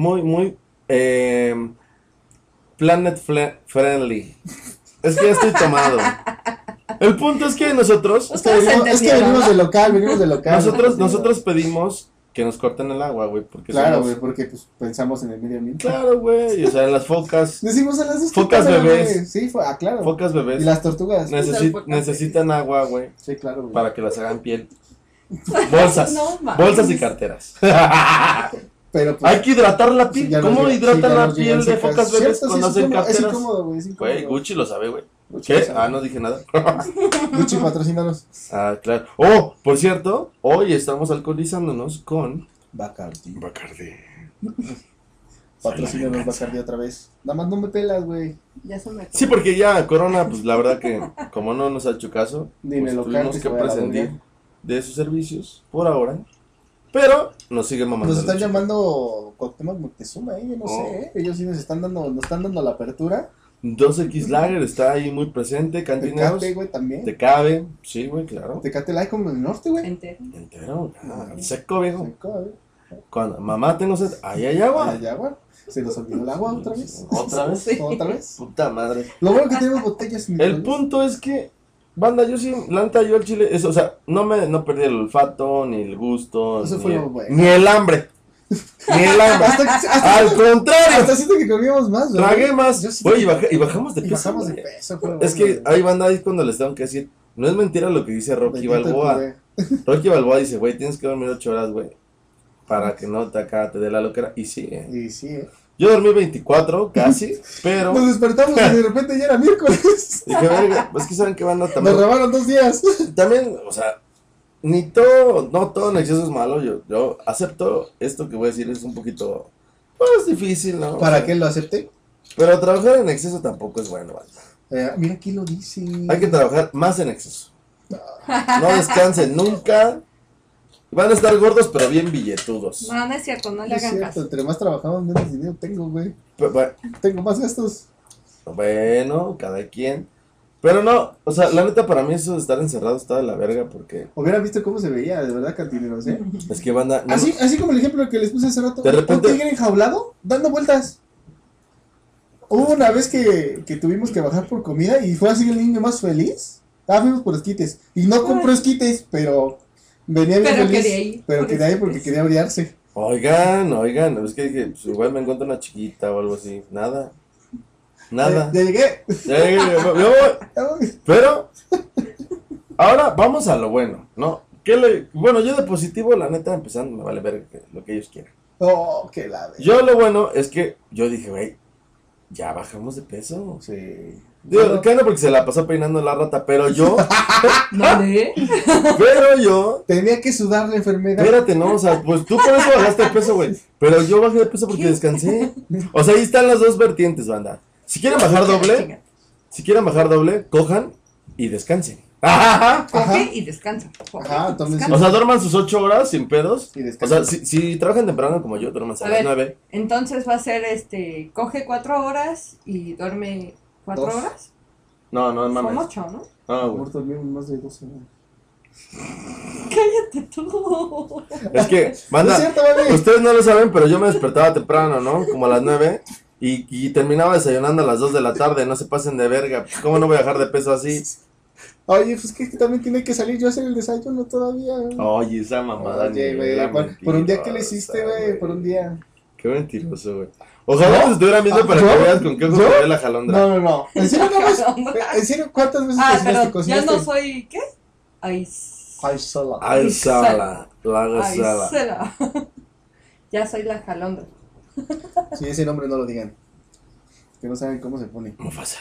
[SPEAKER 2] friendly. Es que ya estoy tomado. El punto es que nosotros
[SPEAKER 1] Es que venimos de local,
[SPEAKER 2] nosotros pedimos que nos corten el agua, güey, porque
[SPEAKER 1] Claro,
[SPEAKER 2] somos-
[SPEAKER 1] güey, porque pues pensamos en el medio ambiente.
[SPEAKER 2] Claro, güey, o sea, las focas
[SPEAKER 1] Decimos a las dos.
[SPEAKER 2] Focas
[SPEAKER 1] cámara,
[SPEAKER 2] bebés.
[SPEAKER 1] güey. Sí, claro.
[SPEAKER 2] bebés
[SPEAKER 1] Y las tortugas.
[SPEAKER 2] necesitan agua, güey,
[SPEAKER 1] Sí, claro, güey.
[SPEAKER 2] para que las hagan piel. Bolsas,
[SPEAKER 3] No mames.
[SPEAKER 2] bolsas y carteras.
[SPEAKER 1] Pero pues.
[SPEAKER 2] Hay que hidratar la
[SPEAKER 1] sí,
[SPEAKER 2] piel.
[SPEAKER 1] ya nos
[SPEAKER 2] ¿Cómo
[SPEAKER 1] llega-
[SPEAKER 2] hidratan
[SPEAKER 1] sí, ya
[SPEAKER 2] la
[SPEAKER 1] nos llegan
[SPEAKER 2] piel de
[SPEAKER 1] secas.
[SPEAKER 2] focas bebés
[SPEAKER 1] Cierto,
[SPEAKER 2] cuando
[SPEAKER 1] sí,
[SPEAKER 2] hacen
[SPEAKER 1] es
[SPEAKER 2] carteras?
[SPEAKER 1] incómodo, güey, es incómodo.
[SPEAKER 2] Güey, Gucci lo sabe, güey.
[SPEAKER 1] Gucci
[SPEAKER 2] ¿Qué?
[SPEAKER 1] lo sabe.
[SPEAKER 2] Ah, no dije nada.
[SPEAKER 1] Gucci, patrocínanos.
[SPEAKER 2] Ah, claro. Oh, por cierto, hoy estamos alcoholizándonos con
[SPEAKER 1] Bacardi.
[SPEAKER 2] Bacardi.
[SPEAKER 1] Patrocínanos Bacardi otra vez. Nada más no me pelas, güey.
[SPEAKER 3] Ya se me
[SPEAKER 2] Sí, porque ya Corona, pues la verdad que como no nos ha hecho caso,
[SPEAKER 1] Dime
[SPEAKER 2] pues,
[SPEAKER 1] lo
[SPEAKER 2] tuvimos que
[SPEAKER 1] voy a la
[SPEAKER 2] prescindir
[SPEAKER 1] verga.
[SPEAKER 2] de sus servicios por ahora. Pero nos siguen mamando.
[SPEAKER 1] Nos están
[SPEAKER 2] la chica.
[SPEAKER 1] llamando Cuauhtémoc Moctezuma, yo no
[SPEAKER 2] Oh.
[SPEAKER 1] sé, Ellos sí nos están dando la apertura.
[SPEAKER 2] 2X Lager está ahí muy presente, cantineros.
[SPEAKER 1] Tecate, güey, también.
[SPEAKER 2] Te cabe, sí, güey, claro.
[SPEAKER 1] Tecate Light como del norte, güey.
[SPEAKER 3] entero.
[SPEAKER 2] Entero, seco, viejo.
[SPEAKER 1] Seco, güey.
[SPEAKER 2] Cuando mamá tengo sed, ahí hay agua.
[SPEAKER 1] Ay, agua. Se nos olvidó el agua otra vez.
[SPEAKER 2] ¿Otra vez?
[SPEAKER 3] Sí.
[SPEAKER 1] ¿Otra vez?
[SPEAKER 2] Puta madre.
[SPEAKER 1] Lo bueno que tenemos botellas sin
[SPEAKER 2] El punto es que Banda, yo sí, la neta, yo al chile, eso, o sea, no perdí el olfato, ni el gusto,
[SPEAKER 1] Eso
[SPEAKER 2] ni,
[SPEAKER 1] fue lo bueno.
[SPEAKER 2] ni el hambre. Ni el hambre. Al contrario,
[SPEAKER 1] Hasta siento que comíamos más, ¿verdad?
[SPEAKER 2] tragué más.
[SPEAKER 1] Yo sí
[SPEAKER 2] Oye,
[SPEAKER 1] que-
[SPEAKER 2] y bajamos de
[SPEAKER 1] Y
[SPEAKER 2] peso.
[SPEAKER 1] bajamos de
[SPEAKER 2] güey.
[SPEAKER 1] peso, fue
[SPEAKER 2] Es
[SPEAKER 1] bueno,
[SPEAKER 2] que
[SPEAKER 1] güey.
[SPEAKER 2] hay banda ahí cuando les tengo que decir, no es mentira lo que dice Rocky
[SPEAKER 1] Bendito el
[SPEAKER 2] Balboa.
[SPEAKER 1] puré.
[SPEAKER 2] Rocky Balboa dice, güey, tienes que dormir 8 horas, güey, para que no te dé la locura. Y sí,
[SPEAKER 1] Y sí,
[SPEAKER 2] Yo dormí 24, casi, pero
[SPEAKER 1] Nos despertamos y de repente ya era miércoles.
[SPEAKER 2] dije, verga, es que saben que banda
[SPEAKER 1] Nos
[SPEAKER 2] también.
[SPEAKER 1] robaron 2 días.
[SPEAKER 2] También, o sea, no todo en exceso es malo. Yo acepto esto que voy a decir, es un poquito, pues, difícil, ¿no? O
[SPEAKER 1] ¿Para
[SPEAKER 2] sea,
[SPEAKER 1] qué lo acepté?
[SPEAKER 2] Pero trabajar en exceso tampoco es bueno, banda.
[SPEAKER 1] Mira, aquí lo dice.
[SPEAKER 2] Hay que trabajar más en exceso. No descansen nunca. Van a estar gordos, pero bien billetudos.
[SPEAKER 3] No, no es cierto, no
[SPEAKER 1] No
[SPEAKER 3] le
[SPEAKER 1] es
[SPEAKER 3] hagan
[SPEAKER 1] cierto,
[SPEAKER 3] caso.
[SPEAKER 1] entre más trabajamos, menos dinero tengo, güey.
[SPEAKER 2] Bueno,
[SPEAKER 1] Tengo más gastos.
[SPEAKER 2] bueno, cada quien. Pero no, o sea, la neta para mí eso de estar encerrado está de la verga porque
[SPEAKER 1] Hubiera visto cómo se veía, de verdad, cantineros, ¿eh?
[SPEAKER 2] es que banda. no-
[SPEAKER 1] Así como el ejemplo que les puse hace rato.
[SPEAKER 2] De repente-
[SPEAKER 1] Un tigre enjaulado, dando vueltas. Hubo una vez que tuvimos que bajar por comida y fue así el niño más feliz. Fuimos por esquites. Y no compró esquites, pero venía bien
[SPEAKER 3] Pero
[SPEAKER 1] feliz.
[SPEAKER 3] quería ir
[SPEAKER 1] Pero
[SPEAKER 3] por
[SPEAKER 1] quería ir porque
[SPEAKER 3] esquites.
[SPEAKER 1] quería oriarse.
[SPEAKER 2] Oigan, es que dije, pues igual me encuentro una chiquita o algo así. Nada. Nada.
[SPEAKER 1] Ya llegué.
[SPEAKER 2] Ya llegué, me voy. Pero, ahora vamos a lo bueno, ¿no? Bueno, yo de positivo, la neta, empezando, me vale ver lo que ellos quieran.
[SPEAKER 1] Oh, qué la de.
[SPEAKER 2] Yo lo bueno es que yo dije, güey, ya bajamos de peso.
[SPEAKER 1] Sí.
[SPEAKER 2] Digo,
[SPEAKER 1] Bueno,
[SPEAKER 2] que no porque se la pasó peinando la rata, pero yo,
[SPEAKER 3] ¿Dónde?
[SPEAKER 2] pero yo,
[SPEAKER 1] tenía que sudar la enfermedad.
[SPEAKER 2] espérate, no, o sea, pues tú por eso bajaste de peso, güey. Pero yo bajé de peso porque descansé. O sea, ahí están las dos vertientes, banda. Si quieren bajar doble, cojan y descansen. Ajá.
[SPEAKER 3] Coge
[SPEAKER 1] Ajá.
[SPEAKER 3] y descansa. Coge
[SPEAKER 1] Ajá,
[SPEAKER 3] y
[SPEAKER 1] tómense-
[SPEAKER 3] descansa.
[SPEAKER 2] O sea, duerman sus 8 horas sin pedos.
[SPEAKER 1] Y
[SPEAKER 2] O
[SPEAKER 1] descansen.
[SPEAKER 2] sea, si trabajan temprano como yo, duerman a
[SPEAKER 3] A
[SPEAKER 2] las
[SPEAKER 3] ver.
[SPEAKER 2] 9.
[SPEAKER 3] Entonces va a ser coge 4 horas y duerme 4
[SPEAKER 1] 2.
[SPEAKER 3] horas.
[SPEAKER 2] No
[SPEAKER 3] Son
[SPEAKER 2] mames.
[SPEAKER 3] 8, ¿no?
[SPEAKER 2] No, güey.
[SPEAKER 1] Amor, dormimos más de 12 horas.
[SPEAKER 3] Cállate tú.
[SPEAKER 2] Es que,
[SPEAKER 1] No
[SPEAKER 2] banda,
[SPEAKER 1] es cierto, vale.
[SPEAKER 2] ustedes no lo saben, pero yo me despertaba temprano, ¿no? Como a las 9 y terminaba desayunando a las 2 de la tarde. No se pasen de verga. Pues, ¿cómo no voy a bajar de peso así?
[SPEAKER 1] Oye, pues que también tiene que salir yo a hacer el desayuno todavía.
[SPEAKER 2] Oye, esa mamada.
[SPEAKER 1] Oye,
[SPEAKER 2] ni
[SPEAKER 1] güey,
[SPEAKER 2] la
[SPEAKER 1] por un día que le
[SPEAKER 2] mentirosa,
[SPEAKER 1] hiciste, güey, por un día.
[SPEAKER 2] Qué mentiroso, güey. Ojalá nos estuvieran viendo para
[SPEAKER 1] ¿Yo?
[SPEAKER 2] que veas con qué ojo
[SPEAKER 1] ¿Yo?
[SPEAKER 2] se ve la jalondra.
[SPEAKER 1] No. ¿En serio, no más? ¿En serio cuántas veces
[SPEAKER 3] Ah,
[SPEAKER 1] cocinaste?
[SPEAKER 3] pero ya
[SPEAKER 1] ¿Cocinaste?
[SPEAKER 3] no soy, ¿qué? Ay,
[SPEAKER 1] Ay, sola.
[SPEAKER 2] Ay, sala. La
[SPEAKER 3] ay,
[SPEAKER 2] sala.
[SPEAKER 3] será. Ya soy la jalondra.
[SPEAKER 1] Sí, ese nombre no lo digan. Que no saben cómo se pone.
[SPEAKER 2] Mufasa.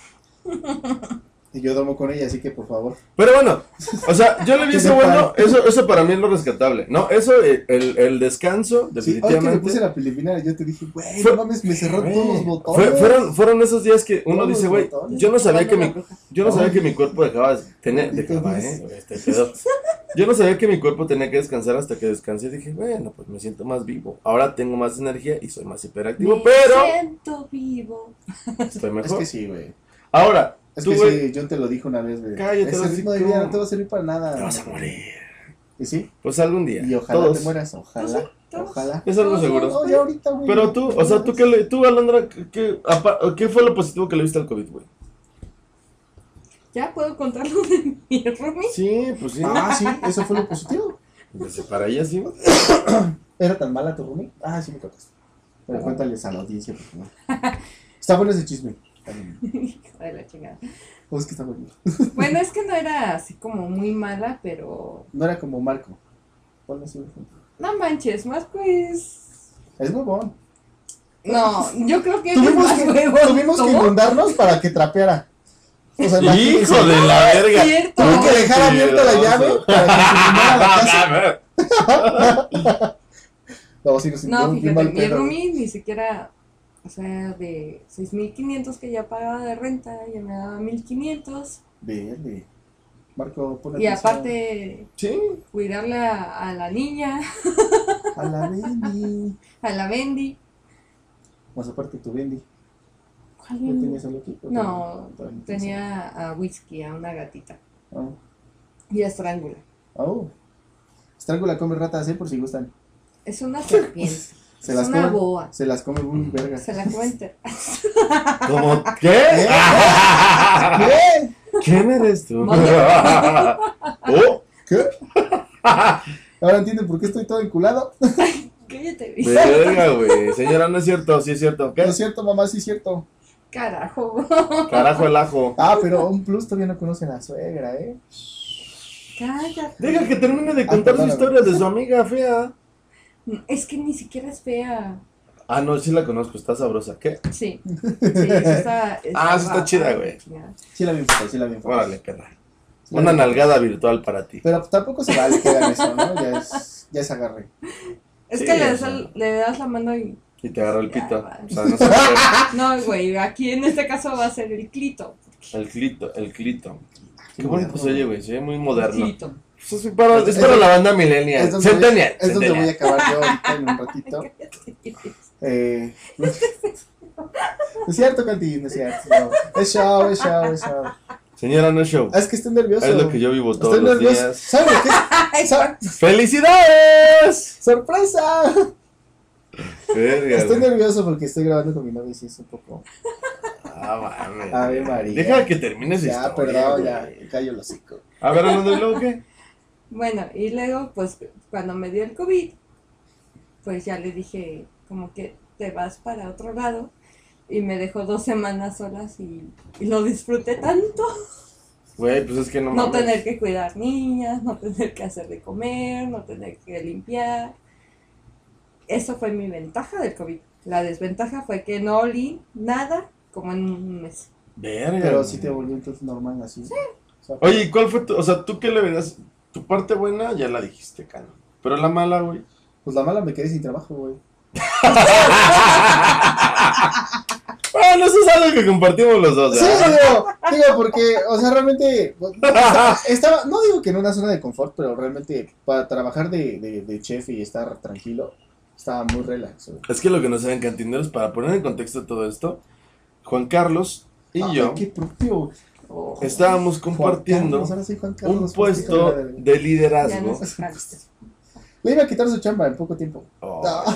[SPEAKER 1] Y yo duermo con ella, así que por favor.
[SPEAKER 2] Pero bueno, o sea, yo le vi
[SPEAKER 1] Que
[SPEAKER 2] eso
[SPEAKER 1] se
[SPEAKER 2] bueno, eso para mí es lo rescatable, ¿no? Eso, el descanso,
[SPEAKER 1] Sí, hoy que me
[SPEAKER 2] definitivamente.
[SPEAKER 1] puse la filipina, yo te dije, güey,
[SPEAKER 2] Fue-
[SPEAKER 1] no mames, me cerró
[SPEAKER 2] Güey,
[SPEAKER 1] todos los botones.
[SPEAKER 2] fueron esos días que uno
[SPEAKER 1] Todos
[SPEAKER 2] dice,
[SPEAKER 1] los
[SPEAKER 2] güey,
[SPEAKER 1] botones.
[SPEAKER 2] yo no sabía que
[SPEAKER 3] Jugando
[SPEAKER 2] mi,
[SPEAKER 3] la bruja.
[SPEAKER 2] yo no sabía
[SPEAKER 1] Ay.
[SPEAKER 2] que mi cuerpo dejaba este pedo. Yo no sabía que mi cuerpo tenía que descansar hasta que descansé. Dije, bueno, pues me siento más vivo. Ahora tengo más energía y soy más hiperactivo,
[SPEAKER 3] Me
[SPEAKER 2] pero
[SPEAKER 3] siento vivo.
[SPEAKER 2] estoy
[SPEAKER 1] Es
[SPEAKER 2] mejor.
[SPEAKER 1] que sí, güey.
[SPEAKER 2] Ahora,
[SPEAKER 1] Es
[SPEAKER 2] tú,
[SPEAKER 1] que
[SPEAKER 2] güey,
[SPEAKER 1] sí, John te lo dijo una vez, güey.
[SPEAKER 2] Cállate,
[SPEAKER 1] Ese ritmo de
[SPEAKER 2] hocico.
[SPEAKER 1] vida no te va a servir para nada.
[SPEAKER 2] te vas a morir.
[SPEAKER 1] ¿Y sí?
[SPEAKER 2] Pues algún día.
[SPEAKER 1] Y ojalá
[SPEAKER 2] todos.
[SPEAKER 1] te mueras, ojalá.
[SPEAKER 3] Todos.
[SPEAKER 1] Ojalá.
[SPEAKER 2] Es algo seguro.
[SPEAKER 1] No, ya ahorita, güey.
[SPEAKER 2] Pero tú, o sea, tú, Alondra, ¿qué fue lo positivo que le viste al COVID, güey?
[SPEAKER 3] ¿Ya puedo contar lo de mi roomie?
[SPEAKER 2] Sí, pues sí.
[SPEAKER 1] Ah, sí, eso fue lo positivo.
[SPEAKER 2] Pues para ella sí.
[SPEAKER 1] ¿Era tan mala tu roomie? Ah, sí me tocas. Pero cuéntales a la audiencia, por favor. Está bueno ese chisme.
[SPEAKER 3] Hijo de la chingada.
[SPEAKER 1] Oh, es que está bueno.
[SPEAKER 3] Bueno, es que no era así como muy mala, pero...
[SPEAKER 1] No era como Marco. Ponle así un ejemplo.
[SPEAKER 3] No manches, más pues...
[SPEAKER 1] Es muy bueno.
[SPEAKER 3] No, yo creo que...
[SPEAKER 1] Tuvimos
[SPEAKER 3] más
[SPEAKER 1] que
[SPEAKER 3] huevos, ¿no?
[SPEAKER 1] inundarnos para que trapeara. O sea, imagínense.
[SPEAKER 2] ¡Hijo de la verga!
[SPEAKER 3] cierto.
[SPEAKER 1] Tuve que dejar abierta la llave para que se inundara la casa. No, sí, nos
[SPEAKER 3] No,
[SPEAKER 1] sintieron bien
[SPEAKER 3] fíjate,
[SPEAKER 1] mal
[SPEAKER 3] mi
[SPEAKER 1] pedo.
[SPEAKER 3] roomie ni siquiera... O sea, de 6,500 que ya pagaba de renta, ya me daba 1,500.
[SPEAKER 1] Verde. Marco, pon
[SPEAKER 3] Y
[SPEAKER 1] atención.
[SPEAKER 3] aparte,
[SPEAKER 2] Sí.
[SPEAKER 3] cuidarle a la niña,
[SPEAKER 1] A la Bendy.
[SPEAKER 3] a la Bendy.
[SPEAKER 1] Más aparte tu Bendy.
[SPEAKER 3] ¿Cuál
[SPEAKER 1] ¿No
[SPEAKER 3] Bendy?
[SPEAKER 1] tenías algo aquí? ¿O
[SPEAKER 3] No,
[SPEAKER 1] todavía
[SPEAKER 3] tenía a Whisky, a una gatita.
[SPEAKER 1] Oh.
[SPEAKER 3] Y a Estrángula.
[SPEAKER 1] Oh. Estrángula come ratas, por si gustan.
[SPEAKER 3] Es una serpiente.
[SPEAKER 1] Se
[SPEAKER 3] Es
[SPEAKER 1] las
[SPEAKER 3] una
[SPEAKER 1] come.
[SPEAKER 3] boa.
[SPEAKER 1] Se las come muy verga.
[SPEAKER 3] Se la cuenta.
[SPEAKER 2] ¿Cómo qué?
[SPEAKER 1] ¿Qué?
[SPEAKER 2] ¿Quién eres tú?
[SPEAKER 3] Mande.
[SPEAKER 2] Oh,
[SPEAKER 1] ¿Qué? Ahora entienden por qué estoy todo enculado.
[SPEAKER 3] Cállate,
[SPEAKER 2] verga, güey. Señora, no es cierto, sí es cierto. ¿Qué?
[SPEAKER 1] No es cierto, mamá, sí es cierto.
[SPEAKER 3] Carajo.
[SPEAKER 2] Carajo el ajo.
[SPEAKER 1] Ah, pero un plus todavía no conocen a la suegra, ¿eh?
[SPEAKER 3] Cállate.
[SPEAKER 2] Deja que termine de contar su
[SPEAKER 1] perdóname.
[SPEAKER 2] historia de su amiga fea.
[SPEAKER 3] Es que ni siquiera es fea.
[SPEAKER 2] Ah, no, sí la conozco, está sabrosa. ¿Qué?
[SPEAKER 3] Sí. Sí, está
[SPEAKER 2] Ah, sí está
[SPEAKER 3] guapa.
[SPEAKER 2] chida, güey.
[SPEAKER 1] Sí la vi en fotos, sí la vi en fotos.
[SPEAKER 2] Órale, perra. Una nalgada virtual para ti.
[SPEAKER 1] Pero tampoco se vale que hagan eso, ¿no? Ya es agarre.
[SPEAKER 3] Es
[SPEAKER 2] Sí,
[SPEAKER 3] que
[SPEAKER 2] eso.
[SPEAKER 3] le das la mano y...
[SPEAKER 2] Y te agarró el
[SPEAKER 3] Ya,
[SPEAKER 2] pito.
[SPEAKER 3] vale.
[SPEAKER 2] O sea, no se puede.
[SPEAKER 3] No, güey, aquí en este caso va a ser el clito.
[SPEAKER 2] El clito, el clito. Qué bonito se oye, güey. Se oye muy moderno.
[SPEAKER 3] Clito.
[SPEAKER 2] Eso es para la banda millennial.
[SPEAKER 1] Es donde,
[SPEAKER 2] Centennial.
[SPEAKER 1] es donde voy a
[SPEAKER 2] Centennial.
[SPEAKER 1] acabar yo ahorita en un ratito. No es cierto, Canti, no es cierto. No. Es show, es show, es show.
[SPEAKER 2] Señora, no es show.
[SPEAKER 1] Ah, es que estoy nervioso.
[SPEAKER 2] Es lo que yo vivo todos
[SPEAKER 1] Estoy
[SPEAKER 2] los
[SPEAKER 1] nervioso.
[SPEAKER 2] días.
[SPEAKER 1] ¿Sabes lo que es?
[SPEAKER 2] ¡Felicidades!
[SPEAKER 1] ¡Sorpresa!
[SPEAKER 2] Verga,
[SPEAKER 1] Estoy
[SPEAKER 2] güey.
[SPEAKER 1] nervioso porque estoy grabando con mi novia y sí es un poco.
[SPEAKER 2] Ah, mames.
[SPEAKER 1] Ave María.
[SPEAKER 2] Deja que termine su
[SPEAKER 1] Ya,
[SPEAKER 2] historia,
[SPEAKER 1] perdón,
[SPEAKER 2] güey.
[SPEAKER 1] ya, callo el hocico.
[SPEAKER 2] A ver, hablando de luego, ¿qué?
[SPEAKER 3] Bueno, y luego, pues, cuando me dio el COVID, pues ya le dije, como que te vas para otro lado. Y me dejó 2 semanas solas y lo disfruté tanto.
[SPEAKER 2] Güey, pues es que no
[SPEAKER 3] No
[SPEAKER 2] mames.
[SPEAKER 3] tener que cuidar niñas, no tener que hacer de comer, no tener que limpiar. Eso fue mi ventaja del COVID. La desventaja fue que no olí nada como en un mes.
[SPEAKER 2] Verga.
[SPEAKER 1] Pero
[SPEAKER 2] güey.
[SPEAKER 1] sí te volvió entonces normal así. Sí. O sea,
[SPEAKER 2] Oye, ¿y cuál fue tu, o sea, tú qué le verías? Tu parte buena ya la dijiste, Cano. Pero la mala, güey.
[SPEAKER 1] pues la mala me quedé sin trabajo, güey.
[SPEAKER 2] Bueno, eso es algo que compartimos los dos,
[SPEAKER 1] Sí,
[SPEAKER 2] ¿verdad?
[SPEAKER 1] digo, porque, o sea, realmente, pues, estaba, no digo que en una zona de confort, pero realmente para trabajar de chef y estar tranquilo, estaba muy relax. Güey.
[SPEAKER 2] Es que lo que no saben, cantineros, para poner en contexto todo esto, Juan Carlos y
[SPEAKER 1] Ay,
[SPEAKER 2] yo
[SPEAKER 1] qué propio.
[SPEAKER 3] Oh,
[SPEAKER 2] estábamos
[SPEAKER 1] Juan
[SPEAKER 2] compartiendo
[SPEAKER 1] Carlos, ahora soy Juan Carlos,
[SPEAKER 2] un
[SPEAKER 1] pues,
[SPEAKER 2] puesto
[SPEAKER 1] híjole, madre.
[SPEAKER 2] de
[SPEAKER 3] ya
[SPEAKER 2] liderazgo.
[SPEAKER 3] no se falta.
[SPEAKER 1] Le iba a quitar su chamba en poco tiempo.
[SPEAKER 2] Oh,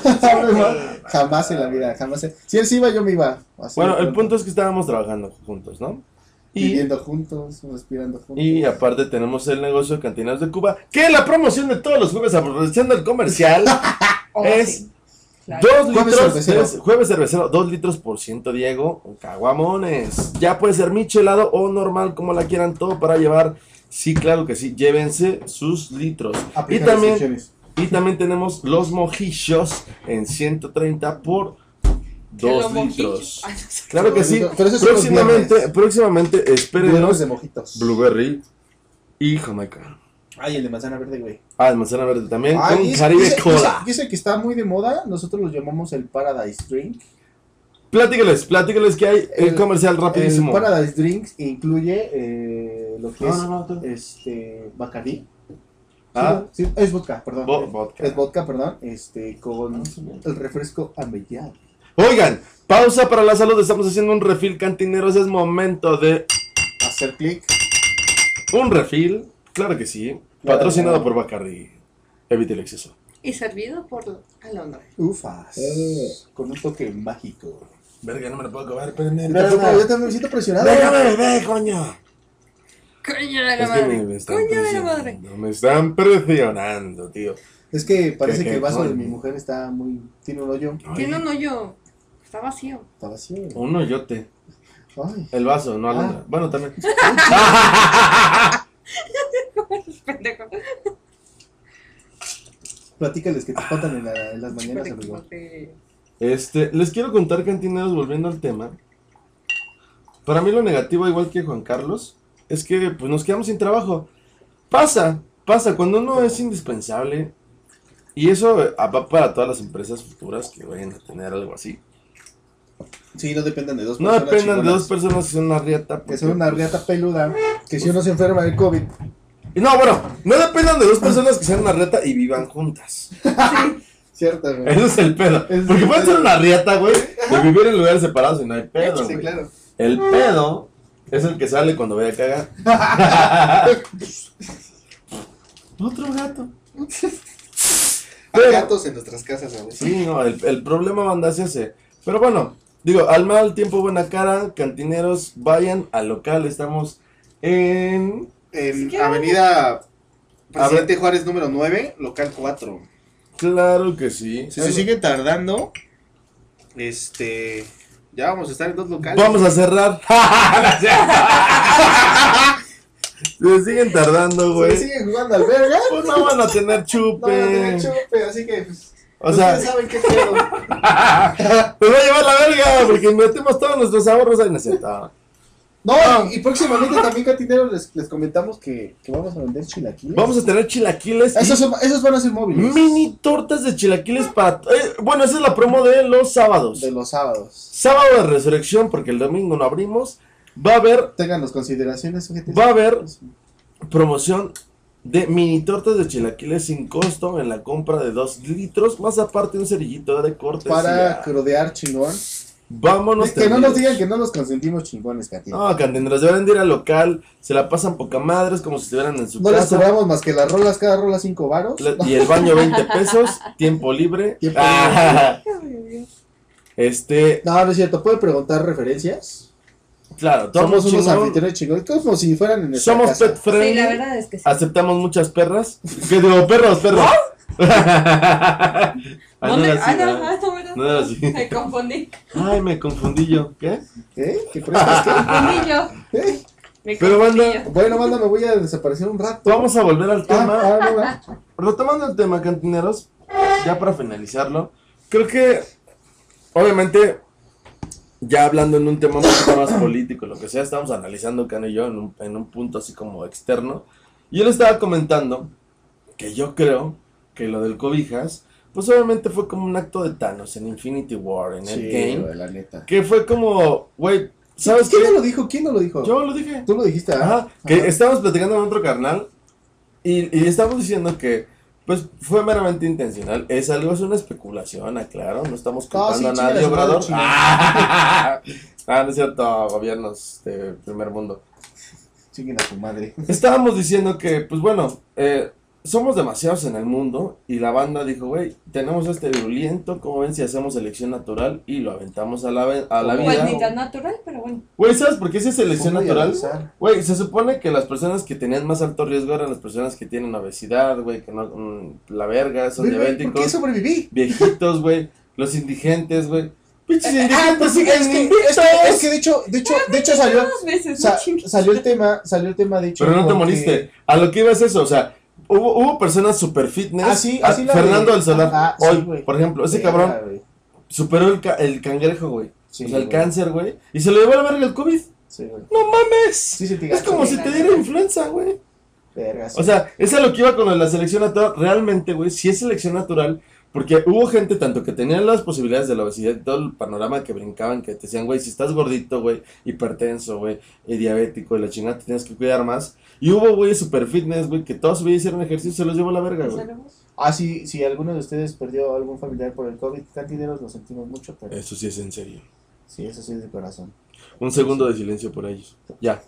[SPEAKER 1] Jamás en la vida, jamás. Si él se iba, yo me iba. Así
[SPEAKER 2] Bueno,
[SPEAKER 1] de
[SPEAKER 2] el
[SPEAKER 1] pronto.
[SPEAKER 2] punto es que estábamos trabajando juntos, ¿no? Y,
[SPEAKER 1] Viviendo juntos, respirando juntos.
[SPEAKER 2] y aparte tenemos el negocio de Cantineros de Cuba, que la promoción de todos los jueves, aprovechando el comercial,
[SPEAKER 3] Oh,
[SPEAKER 2] es
[SPEAKER 3] sí, claro.
[SPEAKER 2] 2
[SPEAKER 1] Jueves
[SPEAKER 2] litros,
[SPEAKER 1] cervecero.
[SPEAKER 2] jueves cervecero, 2 litros por ciento, Diego, caguamones. Ya puede ser michelado o normal, como la quieran, todo para llevar. Sí, claro que sí, llévense sus litros.
[SPEAKER 1] Aplica
[SPEAKER 2] Y también tenemos los mojillos en 130 por
[SPEAKER 3] Que lo
[SPEAKER 2] 2
[SPEAKER 3] mojillo.
[SPEAKER 2] litros.
[SPEAKER 3] Ay, no sé.
[SPEAKER 2] Claro que sí.
[SPEAKER 1] Pero eso es los viernes.
[SPEAKER 2] Próximamente
[SPEAKER 1] Viernes
[SPEAKER 2] espérenos
[SPEAKER 1] de mojitos.
[SPEAKER 2] Blueberry y Jamaica.
[SPEAKER 1] Ay, el de manzana verde, güey.
[SPEAKER 2] Ah, de manzana verde también
[SPEAKER 1] Ay,
[SPEAKER 2] con
[SPEAKER 1] ese-
[SPEAKER 2] Caribe
[SPEAKER 1] ese-
[SPEAKER 2] Cola.
[SPEAKER 1] ese que está muy de moda, nosotros lo llamamos el Paradise Drink.
[SPEAKER 2] Platícales que hay el comercial
[SPEAKER 1] El
[SPEAKER 2] rapidísimo.
[SPEAKER 1] Paradise Drinks incluye lo que es
[SPEAKER 2] No.
[SPEAKER 1] Bacardí.
[SPEAKER 2] Ah.
[SPEAKER 1] Sí, es vodka, perdón.
[SPEAKER 2] Vodka.
[SPEAKER 1] Es vodka, perdón, con
[SPEAKER 2] Ah, sí, bien.
[SPEAKER 1] el refresco amellado.
[SPEAKER 2] Oigan, pausa para la salud. Estamos haciendo un refill, cantineros. Es momento de
[SPEAKER 1] Hacer clic.
[SPEAKER 2] un refill. Claro que sí.
[SPEAKER 1] Claro.
[SPEAKER 2] Patrocinado por Bacardi. Evite el exceso.
[SPEAKER 3] Y servido por Alondra.
[SPEAKER 1] Ufas. Con un toque mágico.
[SPEAKER 2] Verga, no me lo puedo comer. Espérenme.
[SPEAKER 1] Yo también me siento presionado.
[SPEAKER 2] Déjame beber, coño.
[SPEAKER 3] Coño de la
[SPEAKER 2] Es que
[SPEAKER 3] madre.
[SPEAKER 2] me están
[SPEAKER 3] Coño de la madre.
[SPEAKER 2] presionando. Me están presionando, tío.
[SPEAKER 1] Es que parece
[SPEAKER 2] ¿Qué
[SPEAKER 1] que el vaso de
[SPEAKER 2] coño?
[SPEAKER 1] mi mujer está muy. Tiene un hoyo.
[SPEAKER 3] Tiene un hoyo. Está vacío.
[SPEAKER 1] Está vacío.
[SPEAKER 2] Un hoyote.
[SPEAKER 1] Ay.
[SPEAKER 2] El vaso, no Alondra. Bueno, también.
[SPEAKER 3] Pendejo.
[SPEAKER 1] Platícales que te espantan en las mañanas, amigo.
[SPEAKER 2] Les quiero contar, cantineros, volviendo al tema. Para mí lo negativo, igual que Juan Carlos, es que pues nos quedamos sin trabajo. Pasa cuando uno es indispensable. Y eso va para todas las empresas futuras que vayan a tener algo así.
[SPEAKER 1] Sí, no dependen de dos
[SPEAKER 2] No
[SPEAKER 1] personas.
[SPEAKER 2] dependan de
[SPEAKER 1] chingonas.
[SPEAKER 2] dos personas que son una riata.
[SPEAKER 1] Que
[SPEAKER 2] porque,
[SPEAKER 1] son una
[SPEAKER 2] pues,
[SPEAKER 1] riata peluda. Que si uno se enferma del COVID.
[SPEAKER 2] Y no, bueno, no dependan de dos personas que sean una riata y vivan juntas.
[SPEAKER 1] Cierto, güey.
[SPEAKER 2] Ese es el pedo.
[SPEAKER 1] Ese es
[SPEAKER 2] Porque
[SPEAKER 1] el
[SPEAKER 2] pueden
[SPEAKER 1] pedo.
[SPEAKER 2] ser una riata, güey, de vivir en lugares separados y no hay pedo,
[SPEAKER 1] Sí,
[SPEAKER 2] güey.
[SPEAKER 1] claro.
[SPEAKER 2] El pedo es el que sale cuando vaya a cagar. Otro gato.
[SPEAKER 1] Hay gatos en nuestras casas, güey.
[SPEAKER 2] Sí, no, el problema, banda, se hace. Pero bueno, digo, al mal tiempo, buena cara, cantineros, vayan al local, estamos En...
[SPEAKER 4] En
[SPEAKER 3] ¿Qué?
[SPEAKER 4] Avenida Presidente Juárez número 9, local 4.
[SPEAKER 2] Claro que sí.
[SPEAKER 4] Si se sigue tardando, ya vamos a estar en 2 locales.
[SPEAKER 2] Vamos a cerrar. Se siguen tardando, güey.
[SPEAKER 1] Se siguen jugando al verga.
[SPEAKER 2] Pues no van a tener chupe.
[SPEAKER 1] No, de chupe, así que pues,
[SPEAKER 2] O sea,
[SPEAKER 1] ustedes saben qué pedo.
[SPEAKER 2] me voy a llevar la verga porque metemos todos nuestros ahorros ahí. No es cierto.
[SPEAKER 1] No, y próximamente también, cantineros, les comentamos que vamos a vender chilaquiles.
[SPEAKER 2] Vamos a tener chilaquiles. y
[SPEAKER 1] Esos van a ser móviles.
[SPEAKER 2] mini tortas de chilaquiles para. Bueno, esa es la promo de los sábados.
[SPEAKER 1] De los sábados.
[SPEAKER 2] Sábado de resurrección, porque el domingo no abrimos. Va a haber
[SPEAKER 1] Ténganlos consideraciones, gente.
[SPEAKER 2] Va a haber promoción de mini tortas de chilaquiles sin costo en la compra de 2 litros, más aparte un cerillito de cortesía.
[SPEAKER 1] Para crudear chingón.
[SPEAKER 2] Vámonos.
[SPEAKER 1] Que no nos
[SPEAKER 2] tendidos.
[SPEAKER 1] digan que no nos consentimos chingones, cantineros.
[SPEAKER 2] No, cantineros, deberán de ir al local, se la pasan poca madres como si estuvieran en su
[SPEAKER 1] No les
[SPEAKER 2] casa.
[SPEAKER 1] cobramos más que las rolas, cada rola 5 varos.
[SPEAKER 2] Y el baño 20 pesos, tiempo libre.
[SPEAKER 1] Tiempo
[SPEAKER 2] Ah,
[SPEAKER 1] No, no es cierto, ¿puede preguntar referencias?
[SPEAKER 2] claro, todos
[SPEAKER 1] Somos unos
[SPEAKER 2] chingón.
[SPEAKER 1] anfitriones chingones, como si fueran en nuestra
[SPEAKER 2] Somos
[SPEAKER 1] casa.
[SPEAKER 2] pet friendly.
[SPEAKER 3] Sí, la verdad es que sí.
[SPEAKER 2] Aceptamos muchas perras. ¿Qué digo? Perros. Ah, no era así, ¿verdad? No era así.
[SPEAKER 3] Me confundí.
[SPEAKER 2] Ay, me confundí yo. ¿Qué?
[SPEAKER 1] ¿Qué? ¿Qué prestas qué?
[SPEAKER 3] Confundí yo.
[SPEAKER 1] ¿Qué?
[SPEAKER 3] Me
[SPEAKER 2] Pero,
[SPEAKER 3] confundí
[SPEAKER 2] banda,
[SPEAKER 3] yo.
[SPEAKER 1] Bueno, banda, me voy a desaparecer un rato.
[SPEAKER 2] Vamos a volver al tema.
[SPEAKER 1] No.
[SPEAKER 2] Retomando el tema, cantineros, ya para finalizarlo, creo que, obviamente, ya hablando en un tema un poquito más político, lo que sea, estamos analizando, Cano y yo, en un punto así como externo, y él estaba comentando que yo creo que lo del Cobijas, pues obviamente fue como un acto de Thanos en Infinity War, en
[SPEAKER 1] Sí,
[SPEAKER 2] Endgame,
[SPEAKER 1] güey, la neta.
[SPEAKER 2] que fue como, güey, ¿sabes
[SPEAKER 1] ¿Quién
[SPEAKER 2] qué?
[SPEAKER 1] no lo dijo? ¿Quién no lo dijo?
[SPEAKER 2] Yo lo dije.
[SPEAKER 1] Tú lo dijiste, ¿ah?
[SPEAKER 2] Ajá, que estábamos platicando con otro carnal y estábamos diciendo que pues fue meramente intencional. Es una especulación, aclaro, no estamos culpando
[SPEAKER 1] sí,
[SPEAKER 2] a
[SPEAKER 1] chinga
[SPEAKER 2] nadie,
[SPEAKER 1] su madre,
[SPEAKER 2] obrador.
[SPEAKER 1] chinga.
[SPEAKER 2] No es cierto, gobiernos de primer mundo.
[SPEAKER 1] Siguen a tu madre.
[SPEAKER 2] Estábamos diciendo que, pues bueno, somos demasiados en el mundo y la banda dijo, güey, tenemos este virulento, ¿cómo ven si hacemos selección natural y lo aventamos a la
[SPEAKER 3] Pues ni
[SPEAKER 2] vida?
[SPEAKER 3] tan natural, pero bueno.
[SPEAKER 2] Güey, ¿sabes por qué es selección
[SPEAKER 1] Voy a
[SPEAKER 2] natural?
[SPEAKER 1] avanzar.
[SPEAKER 2] Güey, se supone que las personas que tenían más alto riesgo eran las personas que tienen obesidad, güey, que no, la verga, son
[SPEAKER 1] Güey, ¿por qué
[SPEAKER 2] diabéticos,
[SPEAKER 1] sobreviví?
[SPEAKER 2] viejitos, güey, los indigentes, güey. Pinches
[SPEAKER 1] Pues
[SPEAKER 2] indigentes
[SPEAKER 1] sí,
[SPEAKER 2] siguen invictos.
[SPEAKER 1] es que de hecho salió,
[SPEAKER 3] Dos veces, no chingues.
[SPEAKER 1] salió el tema, de hecho.
[SPEAKER 2] Pero no te
[SPEAKER 1] porque-
[SPEAKER 2] moriste. A lo que iba es eso, o sea, hubo personas super fitness.
[SPEAKER 1] Así la
[SPEAKER 2] Fernando
[SPEAKER 1] de-
[SPEAKER 2] del Solar,
[SPEAKER 1] Ajá, sí,
[SPEAKER 2] hoy,
[SPEAKER 1] güey.
[SPEAKER 2] por ejemplo, ese
[SPEAKER 1] Verga,
[SPEAKER 2] cabrón
[SPEAKER 1] güey.
[SPEAKER 2] superó el cangrejo, güey.
[SPEAKER 1] Sí,
[SPEAKER 2] o sea, el
[SPEAKER 1] güey.
[SPEAKER 2] cáncer, güey. Y se lo llevó a la verga el COVID.
[SPEAKER 1] Sí, güey.
[SPEAKER 2] ¡No mames!
[SPEAKER 1] Sí, se te
[SPEAKER 2] Es
[SPEAKER 1] gacho,
[SPEAKER 2] como
[SPEAKER 1] güey.
[SPEAKER 2] si te diera influenza, güey.
[SPEAKER 1] Verga, sí.
[SPEAKER 2] O sea, es a lo que iba con lo de la selección natural. Realmente, güey, sí es selección natural. Porque hubo gente tanto que tenía las posibilidades de la obesidad y todo el panorama que brincaban, que te decían, güey, si estás gordito, güey, hipertenso, güey, diabético y la chingada, te tienes que cuidar más. Y hubo, güey, super fitness, güey, que toda su vida hicieron ejercicio y se los llevó a la verga, güey.
[SPEAKER 1] Si alguno de ustedes perdió algún familiar por el COVID, cantineros, lo sentimos mucho, pero
[SPEAKER 2] Eso sí es en serio.
[SPEAKER 1] sí, eso sí es de corazón.
[SPEAKER 2] Un segundo de silencio por ellos. Ya.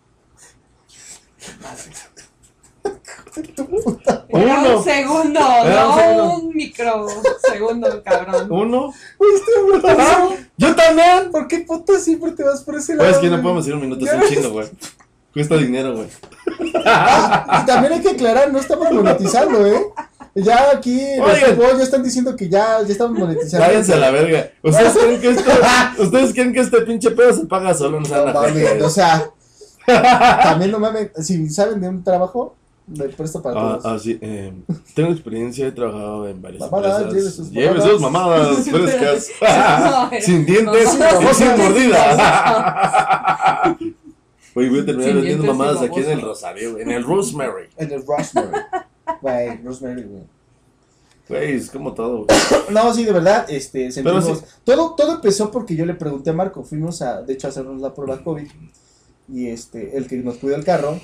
[SPEAKER 3] Era
[SPEAKER 2] Uno.
[SPEAKER 3] un segundo,
[SPEAKER 2] Era un
[SPEAKER 3] no
[SPEAKER 2] segundo.
[SPEAKER 3] un microsegundo, cabrón.
[SPEAKER 2] Uno.
[SPEAKER 1] Uy, estoy hablando.
[SPEAKER 2] Ah, yo también.
[SPEAKER 1] ¿Por qué puta siempre te vas por ese lado?
[SPEAKER 2] Pues es que no
[SPEAKER 1] güey?
[SPEAKER 2] podemos decir un minuto, es un chingo, güey. Cuesta dinero, güey.
[SPEAKER 1] Y también hay que aclarar, no estamos monetizando, ¿eh? Ya aquí en el
[SPEAKER 2] Oigan.
[SPEAKER 1] fútbol ya están diciendo que ya estamos monetizando.
[SPEAKER 2] Váyanse a la verga. ¿Ustedes creen que este pinche pedo se paga solo? No se
[SPEAKER 1] No
[SPEAKER 2] van a
[SPEAKER 1] mames,
[SPEAKER 2] joder.
[SPEAKER 1] o sea, también no mames, si saben de un trabajo, me presto para todos.
[SPEAKER 2] Sí. Tengo experiencia, he trabajado en varias
[SPEAKER 1] Mamadas,
[SPEAKER 2] empresas.
[SPEAKER 1] lleve
[SPEAKER 2] Lleve
[SPEAKER 1] sus
[SPEAKER 2] sus mamadas frescas.
[SPEAKER 3] No,
[SPEAKER 2] Sin dientes
[SPEAKER 3] no,
[SPEAKER 2] y sin
[SPEAKER 1] no,
[SPEAKER 2] mordida. Oye, voy a terminar
[SPEAKER 3] Sin
[SPEAKER 2] vendiendo
[SPEAKER 3] dientes y
[SPEAKER 2] mamadas aquí en el
[SPEAKER 3] baboso.
[SPEAKER 2] Rosario, güey, en el Rosemary.
[SPEAKER 1] En el Rosemary. Güey, Rosemary, güey.
[SPEAKER 2] Güey, es como todo, güey.
[SPEAKER 1] No, sí, de verdad, sentimos.
[SPEAKER 2] sí.
[SPEAKER 1] Todo empezó porque yo le pregunté a Marco, fuimos de hecho, a hacernos la prueba COVID. Y el que nos cuidó el carro,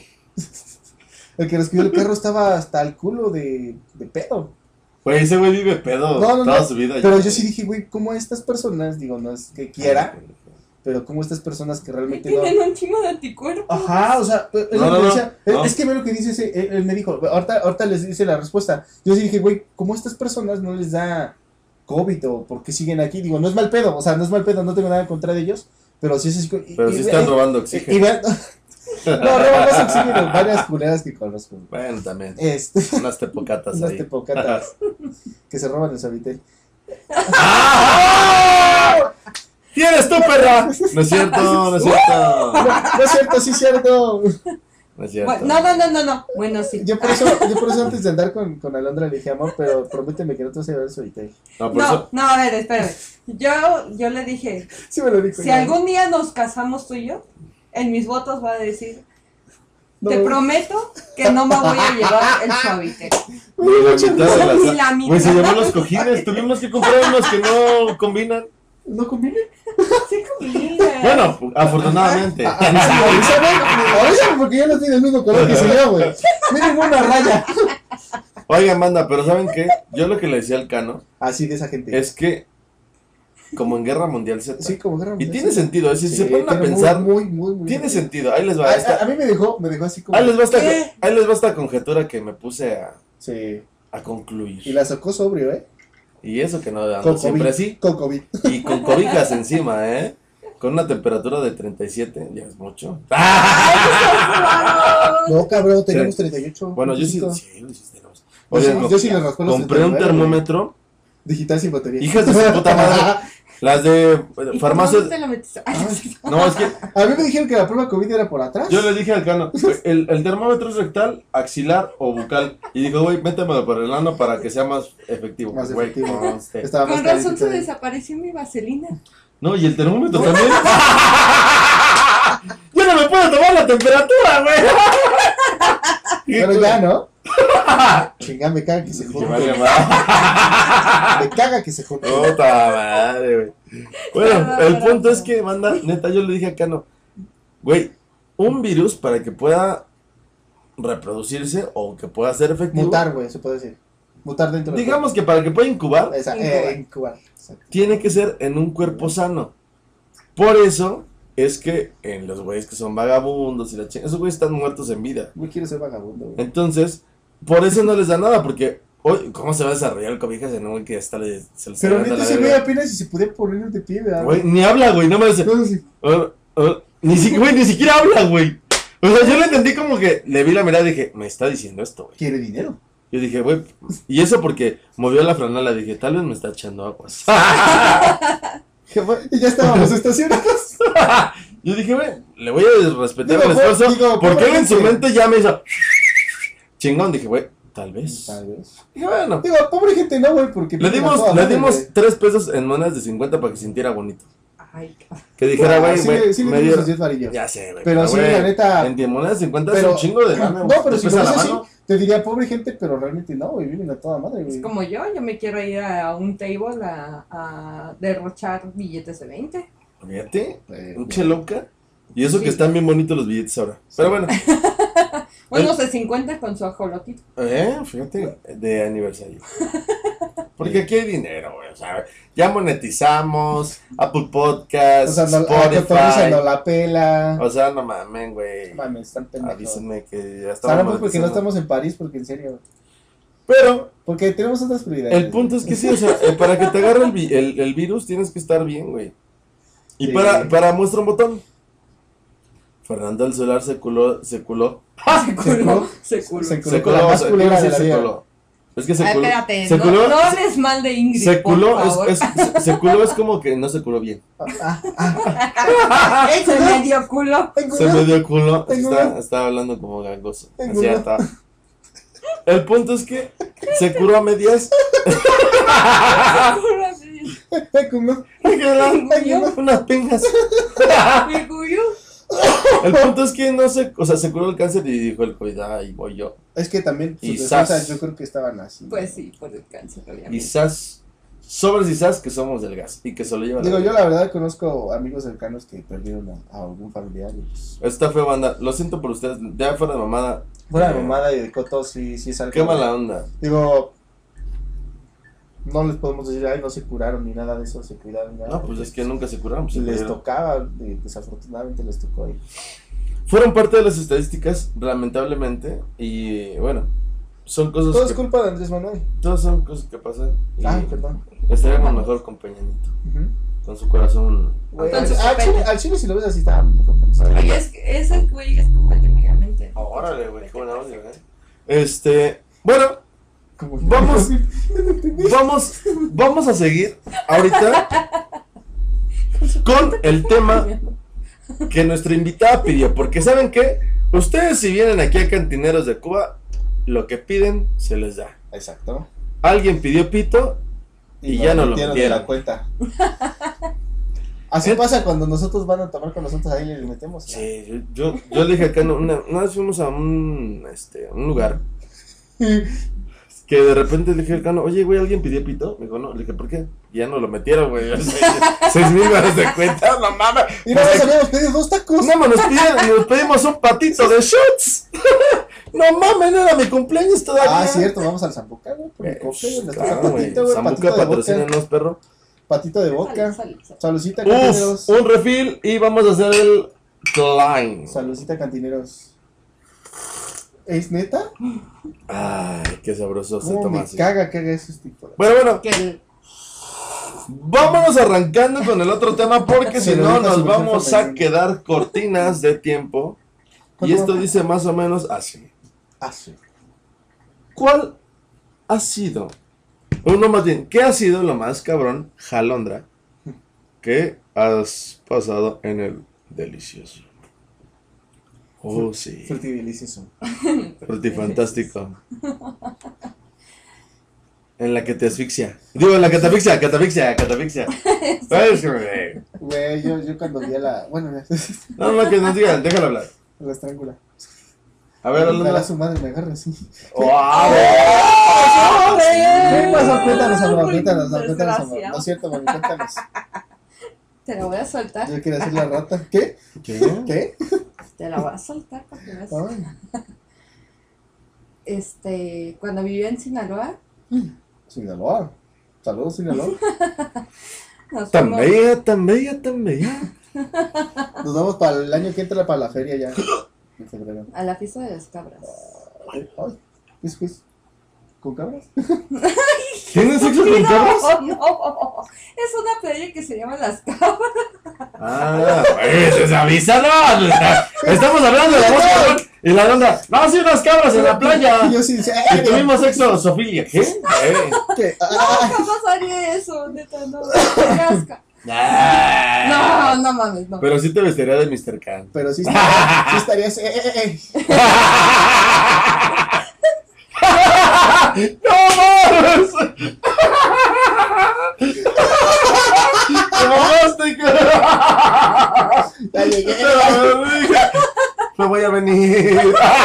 [SPEAKER 1] estaba hasta el culo de pedo.
[SPEAKER 2] Güey, ese güey vive pedo
[SPEAKER 1] No,
[SPEAKER 2] toda su vida.
[SPEAKER 1] Pero
[SPEAKER 2] ya,
[SPEAKER 1] yo sí dije, güey, ¿cómo estas personas, digo, no es que quiera, pero como estas personas que realmente no.
[SPEAKER 3] Tienen un chingo de anticuerpos.
[SPEAKER 1] Ajá, o sea, es
[SPEAKER 2] No,
[SPEAKER 1] lo que
[SPEAKER 2] no,
[SPEAKER 1] decía,
[SPEAKER 2] no.
[SPEAKER 1] es que ve lo que dice él me dijo, ahorita les dice la respuesta. Yo sí dije, güey, ¿cómo a estas personas no les da COVID o por qué siguen aquí? Digo, no es mal pedo, no tengo nada en contra de ellos, pero sí es así.
[SPEAKER 2] Pero sí están robando
[SPEAKER 1] Y
[SPEAKER 2] oxígeno.
[SPEAKER 1] vean, No, robo más oxígeno. Varias culeras que conozco.
[SPEAKER 2] Bueno, también.
[SPEAKER 1] Unas
[SPEAKER 2] Tepocatas ahí.
[SPEAKER 1] tepocatas que se roban el Suavitel.
[SPEAKER 2] ¡Ah! ¿Tienes tú, perra? No es cierto, no es cierto.
[SPEAKER 1] No es cierto, sí es cierto.
[SPEAKER 2] No es cierto.
[SPEAKER 3] No. Bueno, sí.
[SPEAKER 1] Yo por eso antes de andar con Alondra le dije, amor, pero prométeme que no te vas a llevar el Suavitel.
[SPEAKER 2] No, por eso.
[SPEAKER 3] No, a ver, espérame. Yo le dije,
[SPEAKER 1] Sí me lo dijo.
[SPEAKER 3] si algún día nos casamos tú y yo, en mis votos va a decir,
[SPEAKER 1] No.
[SPEAKER 3] te prometo que no me voy a llevar el Suavitel.
[SPEAKER 2] Güey, la mitad de
[SPEAKER 3] Ni la mitad.
[SPEAKER 2] Güey, se llevó los cojines. Tuvimos que comprar unos que no combinan.
[SPEAKER 1] ¿No conviene?
[SPEAKER 3] Sí, combina.
[SPEAKER 2] Bueno, afortunadamente.
[SPEAKER 1] Avísame porque yo no estoy del mismo color que se yo, güey. Miren una raya.
[SPEAKER 2] Oigan, banda, pero ¿saben qué? Yo lo que le decía al Cano
[SPEAKER 1] Así de esa gente.
[SPEAKER 2] es que, como en Guerra Mundial Z,
[SPEAKER 1] Sí, como que
[SPEAKER 2] y tiene sentido, es decir,
[SPEAKER 1] Sí,
[SPEAKER 2] se ponen a
[SPEAKER 1] tiene
[SPEAKER 2] pensar,
[SPEAKER 1] muy
[SPEAKER 2] tiene
[SPEAKER 1] sentido.
[SPEAKER 2] sentido, ahí les va.
[SPEAKER 1] A mí me dejó así como.
[SPEAKER 2] Ahí les va
[SPEAKER 3] ¿Qué?
[SPEAKER 2] esta conjetura que me puse
[SPEAKER 1] Sí.
[SPEAKER 2] a concluir.
[SPEAKER 1] Y la sacó sobrio,
[SPEAKER 2] Y eso que no ando
[SPEAKER 1] Con
[SPEAKER 2] siempre
[SPEAKER 1] COVID.
[SPEAKER 2] así.
[SPEAKER 1] Con COVID.
[SPEAKER 2] Y con cobijas encima, con una temperatura de 37, ya es mucho.
[SPEAKER 1] No, cabrón, teníamos 38.
[SPEAKER 2] Bueno, yo sí,
[SPEAKER 1] 35.
[SPEAKER 2] sí tenemos.
[SPEAKER 1] Yo sí-
[SPEAKER 2] Oigan,
[SPEAKER 1] yo sí le raspé los
[SPEAKER 2] compré un
[SPEAKER 1] 39,
[SPEAKER 2] termómetro,
[SPEAKER 1] Digital sin batería.
[SPEAKER 2] hijas de su puta madre, las de
[SPEAKER 3] ¿Y
[SPEAKER 2] farmacias.
[SPEAKER 3] cómo te lo metiste?
[SPEAKER 2] No, es que
[SPEAKER 1] A mí me dijeron que la prueba COVID era por atrás.
[SPEAKER 2] yo le dije al Cano, el termómetro es rectal, axilar o bucal. Y dijo, güey, métemelo por el ano para que sea más efectivo.
[SPEAKER 1] Más
[SPEAKER 2] Güey,
[SPEAKER 1] efectivo.
[SPEAKER 2] no,
[SPEAKER 1] Estaba más
[SPEAKER 3] Con razón se
[SPEAKER 1] calientito.
[SPEAKER 3] desapareció mi vaselina.
[SPEAKER 2] No, y el termómetro también. Yo no me puedo tomar la temperatura, güey.
[SPEAKER 1] Pero ya, ¿no? Chinga, me caga que se
[SPEAKER 2] Que
[SPEAKER 1] junte.
[SPEAKER 2] vaya madre.
[SPEAKER 1] Me caga que se junte.
[SPEAKER 2] Puta madre, güey. Bueno, el punto es que, manda, neta, yo le dije a Cano, güey, un virus para que pueda reproducirse o que pueda ser efectivo.
[SPEAKER 1] Mutar, güey, se puede decir. Mutar dentro del
[SPEAKER 2] Digamos que para que pueda incubar,
[SPEAKER 1] cuerpo. Incubar. Exacto.
[SPEAKER 2] tiene que ser en un cuerpo sano. Por eso es que en los güeyes que son vagabundos y la chingada, esos güeyes están muertos en vida.
[SPEAKER 1] Güey, quiero ser vagabundo, güey.
[SPEAKER 2] Entonces, por eso no les da nada, porque hoy, ¿cómo se va a desarrollar el cobijas en un güey que ya está, se le está
[SPEAKER 1] Pero
[SPEAKER 2] dando
[SPEAKER 1] neta
[SPEAKER 2] la
[SPEAKER 1] se
[SPEAKER 2] verga?
[SPEAKER 1] ve apenas si se podía poner de pie, ¿verdad?
[SPEAKER 2] Güey, ni habla, güey, no me dice.
[SPEAKER 1] No, sí.
[SPEAKER 2] Ni siquiera habla, güey. O sea, yo le entendí como que le vi la mirada y dije, me está diciendo esto, güey.
[SPEAKER 1] Quiere dinero.
[SPEAKER 2] Yo dije, güey, y eso porque movió la franela, dije, tal vez me está echando aguas.
[SPEAKER 1] Y ya estábamos estacionados.
[SPEAKER 2] Yo dije, güey, le voy a respetar
[SPEAKER 1] Digo,
[SPEAKER 2] el esfuerzo,
[SPEAKER 1] digo,
[SPEAKER 2] porque él en su
[SPEAKER 1] pobre
[SPEAKER 2] mente ya me hizo chingón. Dije, güey, tal vez.
[SPEAKER 1] Tal vez.
[SPEAKER 2] Dije, bueno,
[SPEAKER 1] Digo, pobre gente no, güey, porque...
[SPEAKER 2] le dimos,
[SPEAKER 1] toda
[SPEAKER 2] le
[SPEAKER 1] madre,
[SPEAKER 2] dimos
[SPEAKER 1] güey.
[SPEAKER 2] 3 pesos en monedas de 50 para que sintiera bonito.
[SPEAKER 3] Ay,
[SPEAKER 2] Que dijera, güey,
[SPEAKER 1] Sí,
[SPEAKER 2] güey,
[SPEAKER 1] sí le
[SPEAKER 2] me
[SPEAKER 1] dimos
[SPEAKER 2] dio.
[SPEAKER 1] los 10 varillos.
[SPEAKER 2] Ya sé, güey.
[SPEAKER 1] Pero sí,
[SPEAKER 2] güey,
[SPEAKER 1] la neta-
[SPEAKER 2] En 10 monedas de 50 es
[SPEAKER 1] Pero-
[SPEAKER 2] un chingo de lana,
[SPEAKER 1] No,
[SPEAKER 2] güey.
[SPEAKER 1] pero
[SPEAKER 2] ¿Te
[SPEAKER 1] si
[SPEAKER 2] pesa
[SPEAKER 1] no
[SPEAKER 2] la
[SPEAKER 1] es así,
[SPEAKER 2] mano?
[SPEAKER 1] te diría pobre gente, pero realmente no, güey, viven a toda madre, güey.
[SPEAKER 3] es como yo me quiero ir a un table a derrochar billetes de 20.
[SPEAKER 2] Fíjate,
[SPEAKER 1] Eh,
[SPEAKER 2] un loca. Y eso que
[SPEAKER 3] Sí.
[SPEAKER 2] están bien bonitos los billetes ahora. Pero bueno,
[SPEAKER 3] Unos de 50 con su ajolotito.
[SPEAKER 2] fíjate, de aniversario. Porque aquí hay dinero, güey. O sea, ya monetizamos Apple Podcast,
[SPEAKER 1] O sea, no, a Cotorrisa
[SPEAKER 2] Spotify.
[SPEAKER 1] no la pela.
[SPEAKER 2] O sea, no mamen, güey.
[SPEAKER 1] Mames, están pendejos.
[SPEAKER 2] Avísenme que ya
[SPEAKER 1] O
[SPEAKER 2] estamos
[SPEAKER 1] sea, no, pues porque no
[SPEAKER 2] monetizando.
[SPEAKER 1] estamos en París, porque en serio.
[SPEAKER 2] Pero
[SPEAKER 1] Porque tenemos otras prioridades.
[SPEAKER 2] el punto es que sí, o sea, para que te agarre el virus tienes que estar bien, güey. Y
[SPEAKER 1] Sí.
[SPEAKER 2] para muestra un botón. Fernando el Solar se culó.
[SPEAKER 3] Se
[SPEAKER 1] culó?
[SPEAKER 3] culó.
[SPEAKER 1] Se
[SPEAKER 3] Se culó.
[SPEAKER 1] culó.
[SPEAKER 2] Se
[SPEAKER 1] con la
[SPEAKER 2] culó,
[SPEAKER 1] más
[SPEAKER 2] se-
[SPEAKER 1] culera
[SPEAKER 2] quiero
[SPEAKER 1] de
[SPEAKER 2] decir
[SPEAKER 1] la
[SPEAKER 2] se
[SPEAKER 1] vida.
[SPEAKER 2] culó. Es que se
[SPEAKER 3] Ah,
[SPEAKER 2] culó.
[SPEAKER 3] espérate,
[SPEAKER 2] Se culó.
[SPEAKER 3] no hables mal de Ingrid,
[SPEAKER 2] Se
[SPEAKER 3] por
[SPEAKER 2] culó,
[SPEAKER 3] favor.
[SPEAKER 2] se culó es como que no se culó bien.
[SPEAKER 3] Se me dio culo.
[SPEAKER 2] Se me dio culo.
[SPEAKER 1] Tengo
[SPEAKER 2] Estaba hablando como gangoso.
[SPEAKER 1] Tengo
[SPEAKER 2] Así ya
[SPEAKER 1] uno.
[SPEAKER 2] estaba. El punto es que se curó a medias.
[SPEAKER 1] Te culó.
[SPEAKER 2] Unas pingas.
[SPEAKER 3] Me cuyo.
[SPEAKER 2] El punto es que no se, o sea, se curó el cáncer y dijo el COVID, ahí voy yo.
[SPEAKER 1] Es que también
[SPEAKER 2] Y
[SPEAKER 1] sus
[SPEAKER 2] zas.
[SPEAKER 1] defensas yo creo que estaban así.
[SPEAKER 3] Pues sí, por el cáncer,
[SPEAKER 2] Y
[SPEAKER 3] obviamente.
[SPEAKER 2] sas, sobres y sas que somos del gas y que se lo llevan.
[SPEAKER 1] Digo, yo la verdad conozco amigos cercanos que perdieron a algún familiar. Y pues,
[SPEAKER 2] Esta fue banda, lo siento por ustedes, ya fuera de mamada.
[SPEAKER 1] fuera de mamada y de coto, sí es algo.
[SPEAKER 2] Qué mala onda.
[SPEAKER 1] Digo, no les podemos decir, ay, no se curaron ni nada de eso, se cuidaron. Nada,
[SPEAKER 2] No, pues es que nunca se curaron.
[SPEAKER 1] Y
[SPEAKER 2] Se
[SPEAKER 1] les
[SPEAKER 2] murieron.
[SPEAKER 1] tocaba, desafortunadamente les tocó. Y
[SPEAKER 2] Fueron parte de las estadísticas, lamentablemente, y bueno, son cosas
[SPEAKER 1] todo es
[SPEAKER 2] que,
[SPEAKER 1] culpa de Andrés Manuel.
[SPEAKER 2] todas son cosas que pasan. Y
[SPEAKER 1] Ay, perdón.
[SPEAKER 2] estaríamos mejor con Peña Nieto,
[SPEAKER 1] Ujú.
[SPEAKER 2] con su corazón.
[SPEAKER 1] Güey,
[SPEAKER 3] Con su
[SPEAKER 1] al
[SPEAKER 3] papel.
[SPEAKER 1] Chile, si lo ves así, está mejor que nosotros.
[SPEAKER 3] Ay, es que ese güey es como el
[SPEAKER 2] Órale, güey, qué buena onda, bueno,
[SPEAKER 1] Como-
[SPEAKER 2] vamos a seguir ahorita con el tema que nuestra invitada pidió, porque ¿saben qué? Ustedes si vienen aquí a Cantineros de Cuba, lo que piden se les da.
[SPEAKER 1] Exacto.
[SPEAKER 2] Alguien pidió pito y ya no lo
[SPEAKER 1] metieron de
[SPEAKER 2] metieron.
[SPEAKER 1] la cuenta. Así pasa cuando nosotros van a tomar con nosotros ahí y les metemos.
[SPEAKER 2] Sí, yo le dije acá, una vez fuimos a un lugar que de repente le dije al Cano, oye, güey, ¿alguien pidió pito? Me dijo, no, le dije, ¿por qué? Y ya no lo metieron, güey, 6,000 baros de cuenta, no mames.
[SPEAKER 1] Y nosotros habíamos pedido 2 tacos.
[SPEAKER 2] No, nos pedimos un patito de shots. No mames, no era mi cumpleaños todavía.
[SPEAKER 1] Ah, cierto, vamos al Zambuca, güey, por mi cumple, nos toca
[SPEAKER 2] Claro, güey,
[SPEAKER 1] patito, güey,
[SPEAKER 2] Zambuca
[SPEAKER 1] patito de vodka.
[SPEAKER 2] patrocínanos, perro.
[SPEAKER 1] Patito de vodka.
[SPEAKER 3] Salud.
[SPEAKER 1] Saludcita, cantineros.
[SPEAKER 2] Un refill y vamos a hacer el Klein.
[SPEAKER 1] Saludcita, cantineros. ¿Es neta?
[SPEAKER 2] Ay, qué sabroso se
[SPEAKER 1] ¿Cómo
[SPEAKER 2] toma
[SPEAKER 1] me
[SPEAKER 2] así.
[SPEAKER 1] caga esos tipos?
[SPEAKER 2] Bueno,
[SPEAKER 3] Que el-
[SPEAKER 2] vámonos arrancando con el otro tema porque si
[SPEAKER 1] Se lo
[SPEAKER 2] no
[SPEAKER 1] dijo a su
[SPEAKER 2] nos vamos
[SPEAKER 1] mujer
[SPEAKER 2] a
[SPEAKER 1] femenina.
[SPEAKER 2] quedar cortinas de tiempo. Y esto dice más o menos así.
[SPEAKER 1] Ah, sí.
[SPEAKER 2] ¿Cuál ha sido? Uno más bien, ¿qué ha sido lo más cabrón, jalondra, que has pasado en el delicioso? Oh, sí.
[SPEAKER 1] Frutidelicioso.
[SPEAKER 2] Frutifantástico. En la que te asfixia. Digo, en la que te asfixia, catafixia. Ay, sí, güey.
[SPEAKER 1] Güey, yo cuando vi a la. Bueno, ya.
[SPEAKER 2] No, que nos digan, déjalo hablar.
[SPEAKER 1] La estrangula.
[SPEAKER 2] A ver,
[SPEAKER 1] Me da
[SPEAKER 2] Alondra.
[SPEAKER 1] su madre, me agarra así.
[SPEAKER 2] ¡Wow!
[SPEAKER 1] ¿Qué pasó? Cuéntanos, amor, cuéntanos, amor.
[SPEAKER 3] Desgraciado.
[SPEAKER 1] No es cierto, mami, cuéntanos.
[SPEAKER 3] Te la voy a soltar.
[SPEAKER 1] Yo quería hacer la rata. ¿Qué?
[SPEAKER 2] ¿Qué?
[SPEAKER 1] ¿Qué?
[SPEAKER 3] Te la voy a soltar para que veas.
[SPEAKER 1] Ay,
[SPEAKER 3] Cuando vivía en Sinaloa,
[SPEAKER 1] Sinaloa. Saludos, Sinaloa.
[SPEAKER 3] nos
[SPEAKER 2] Tan
[SPEAKER 3] fuimos-
[SPEAKER 2] bella, tan bella, tan bella.
[SPEAKER 1] Nos vamos para el año que entra para la feria ya. En febrero.
[SPEAKER 3] a la fiesta de las cabras.
[SPEAKER 1] Ay, ¿qué es? ¿Con cabras?
[SPEAKER 2] ¿Tienes sexo con cabras?
[SPEAKER 3] No, es una playa que se llama Las Cabras.
[SPEAKER 2] Ah, pues avísanos. Estamos hablando de la voz cabrón. Y la onda, no, sí, unas cabras en la playa.
[SPEAKER 1] Y yo sí,
[SPEAKER 2] Y tuvimos sexo, Sofía. ¿Qué?
[SPEAKER 1] ¿Qué?
[SPEAKER 3] No, jamás haría eso, neta, no. Me asca. No, no mames, no.
[SPEAKER 2] Pero sí te vestiría de Mr. Khan.
[SPEAKER 1] Pero sí estarías.
[SPEAKER 2] ¡No mames! ¡Te mamaste, cabrón!
[SPEAKER 1] Ya llegué.
[SPEAKER 2] Me voy a venir.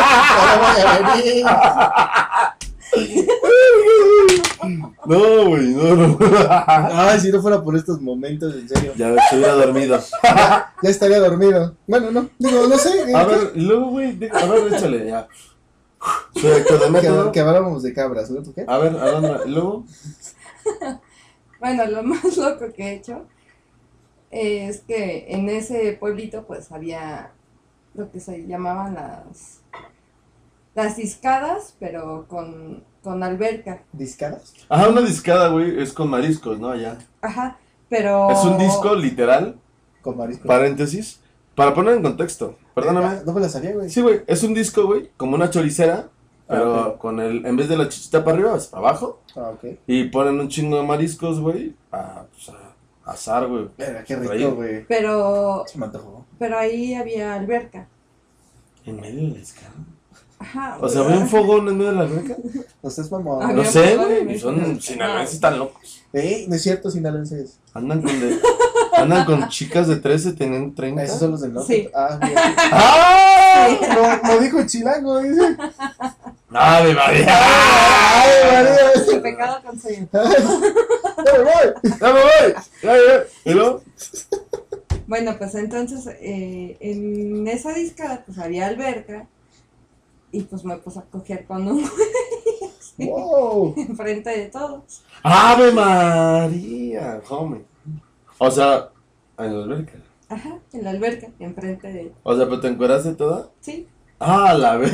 [SPEAKER 2] No, güey, no.
[SPEAKER 1] Ay, si no fuera por estos momentos, en serio.
[SPEAKER 2] Ya estuviera dormido.
[SPEAKER 1] Ya estaría dormido. Bueno, no. Digo, no sé.
[SPEAKER 2] A ver, y luego, güey, a ver, échale ya. Soy actor de método.
[SPEAKER 1] Que hablábamos de cabras, ¿no? ¿Por qué?
[SPEAKER 2] A ver, Alondra, y luego.
[SPEAKER 3] Bueno, lo más loco que he hecho es que en ese pueblito pues había lo que se llamaban las discadas, pero con alberca.
[SPEAKER 1] ¿Discadas?
[SPEAKER 2] Ajá, una discada, güey, es con mariscos, ¿no? Allá.
[SPEAKER 3] Ajá, pero...
[SPEAKER 2] Es un disco, literal,
[SPEAKER 1] Con marisco.
[SPEAKER 2] paréntesis, para poner en contexto, perdóname.
[SPEAKER 1] No me la sabía, güey.
[SPEAKER 2] Sí, güey, es un disco, güey, como una choricera, pero
[SPEAKER 1] Ah, ok.
[SPEAKER 2] con en vez de la chichita para arriba, es para abajo,
[SPEAKER 1] Ah, ok.
[SPEAKER 2] y ponen un chingo de mariscos, güey, a asar, güey.
[SPEAKER 1] Verga, qué
[SPEAKER 2] Por ahí.
[SPEAKER 1] rico, güey.
[SPEAKER 3] Pero
[SPEAKER 1] Se me antojó.
[SPEAKER 3] ahí había alberca.
[SPEAKER 2] ¿En medio de la discada?
[SPEAKER 3] Ajá.
[SPEAKER 2] O sea, ¿había un fogón en medio de la alberca?
[SPEAKER 1] No estés mamón.
[SPEAKER 3] Había
[SPEAKER 2] No
[SPEAKER 3] un
[SPEAKER 2] sé,
[SPEAKER 3] fogón en
[SPEAKER 2] güey,
[SPEAKER 3] medio.
[SPEAKER 2] son sinaloenses tan locos.
[SPEAKER 1] No es cierto, sinaloenses.
[SPEAKER 2] Andan con chicas de 13 teniendo 30.
[SPEAKER 1] Esos son los del norte.
[SPEAKER 3] Sí.
[SPEAKER 1] Ah, mira.
[SPEAKER 2] ¡Ah!
[SPEAKER 1] No dijo el chilango, dice.
[SPEAKER 2] ¡Ave María!
[SPEAKER 1] Ay, María.
[SPEAKER 3] El pecado conseguido.
[SPEAKER 1] Ya me voy.
[SPEAKER 2] ¡Ya me voy! ¡Ya! ¿Y luego?
[SPEAKER 3] Bueno, pues entonces en esa discada pues había alberca y pues me puse a coger con un güey
[SPEAKER 1] Wow.
[SPEAKER 3] enfrente de todos.
[SPEAKER 2] ¡Ave María! Homie. O sea, en la alberca.
[SPEAKER 3] Ajá, en la alberca, enfrente de...
[SPEAKER 2] O sea, ¿pero te encueraste toda?
[SPEAKER 3] Sí,
[SPEAKER 2] ¡Ah, la vez!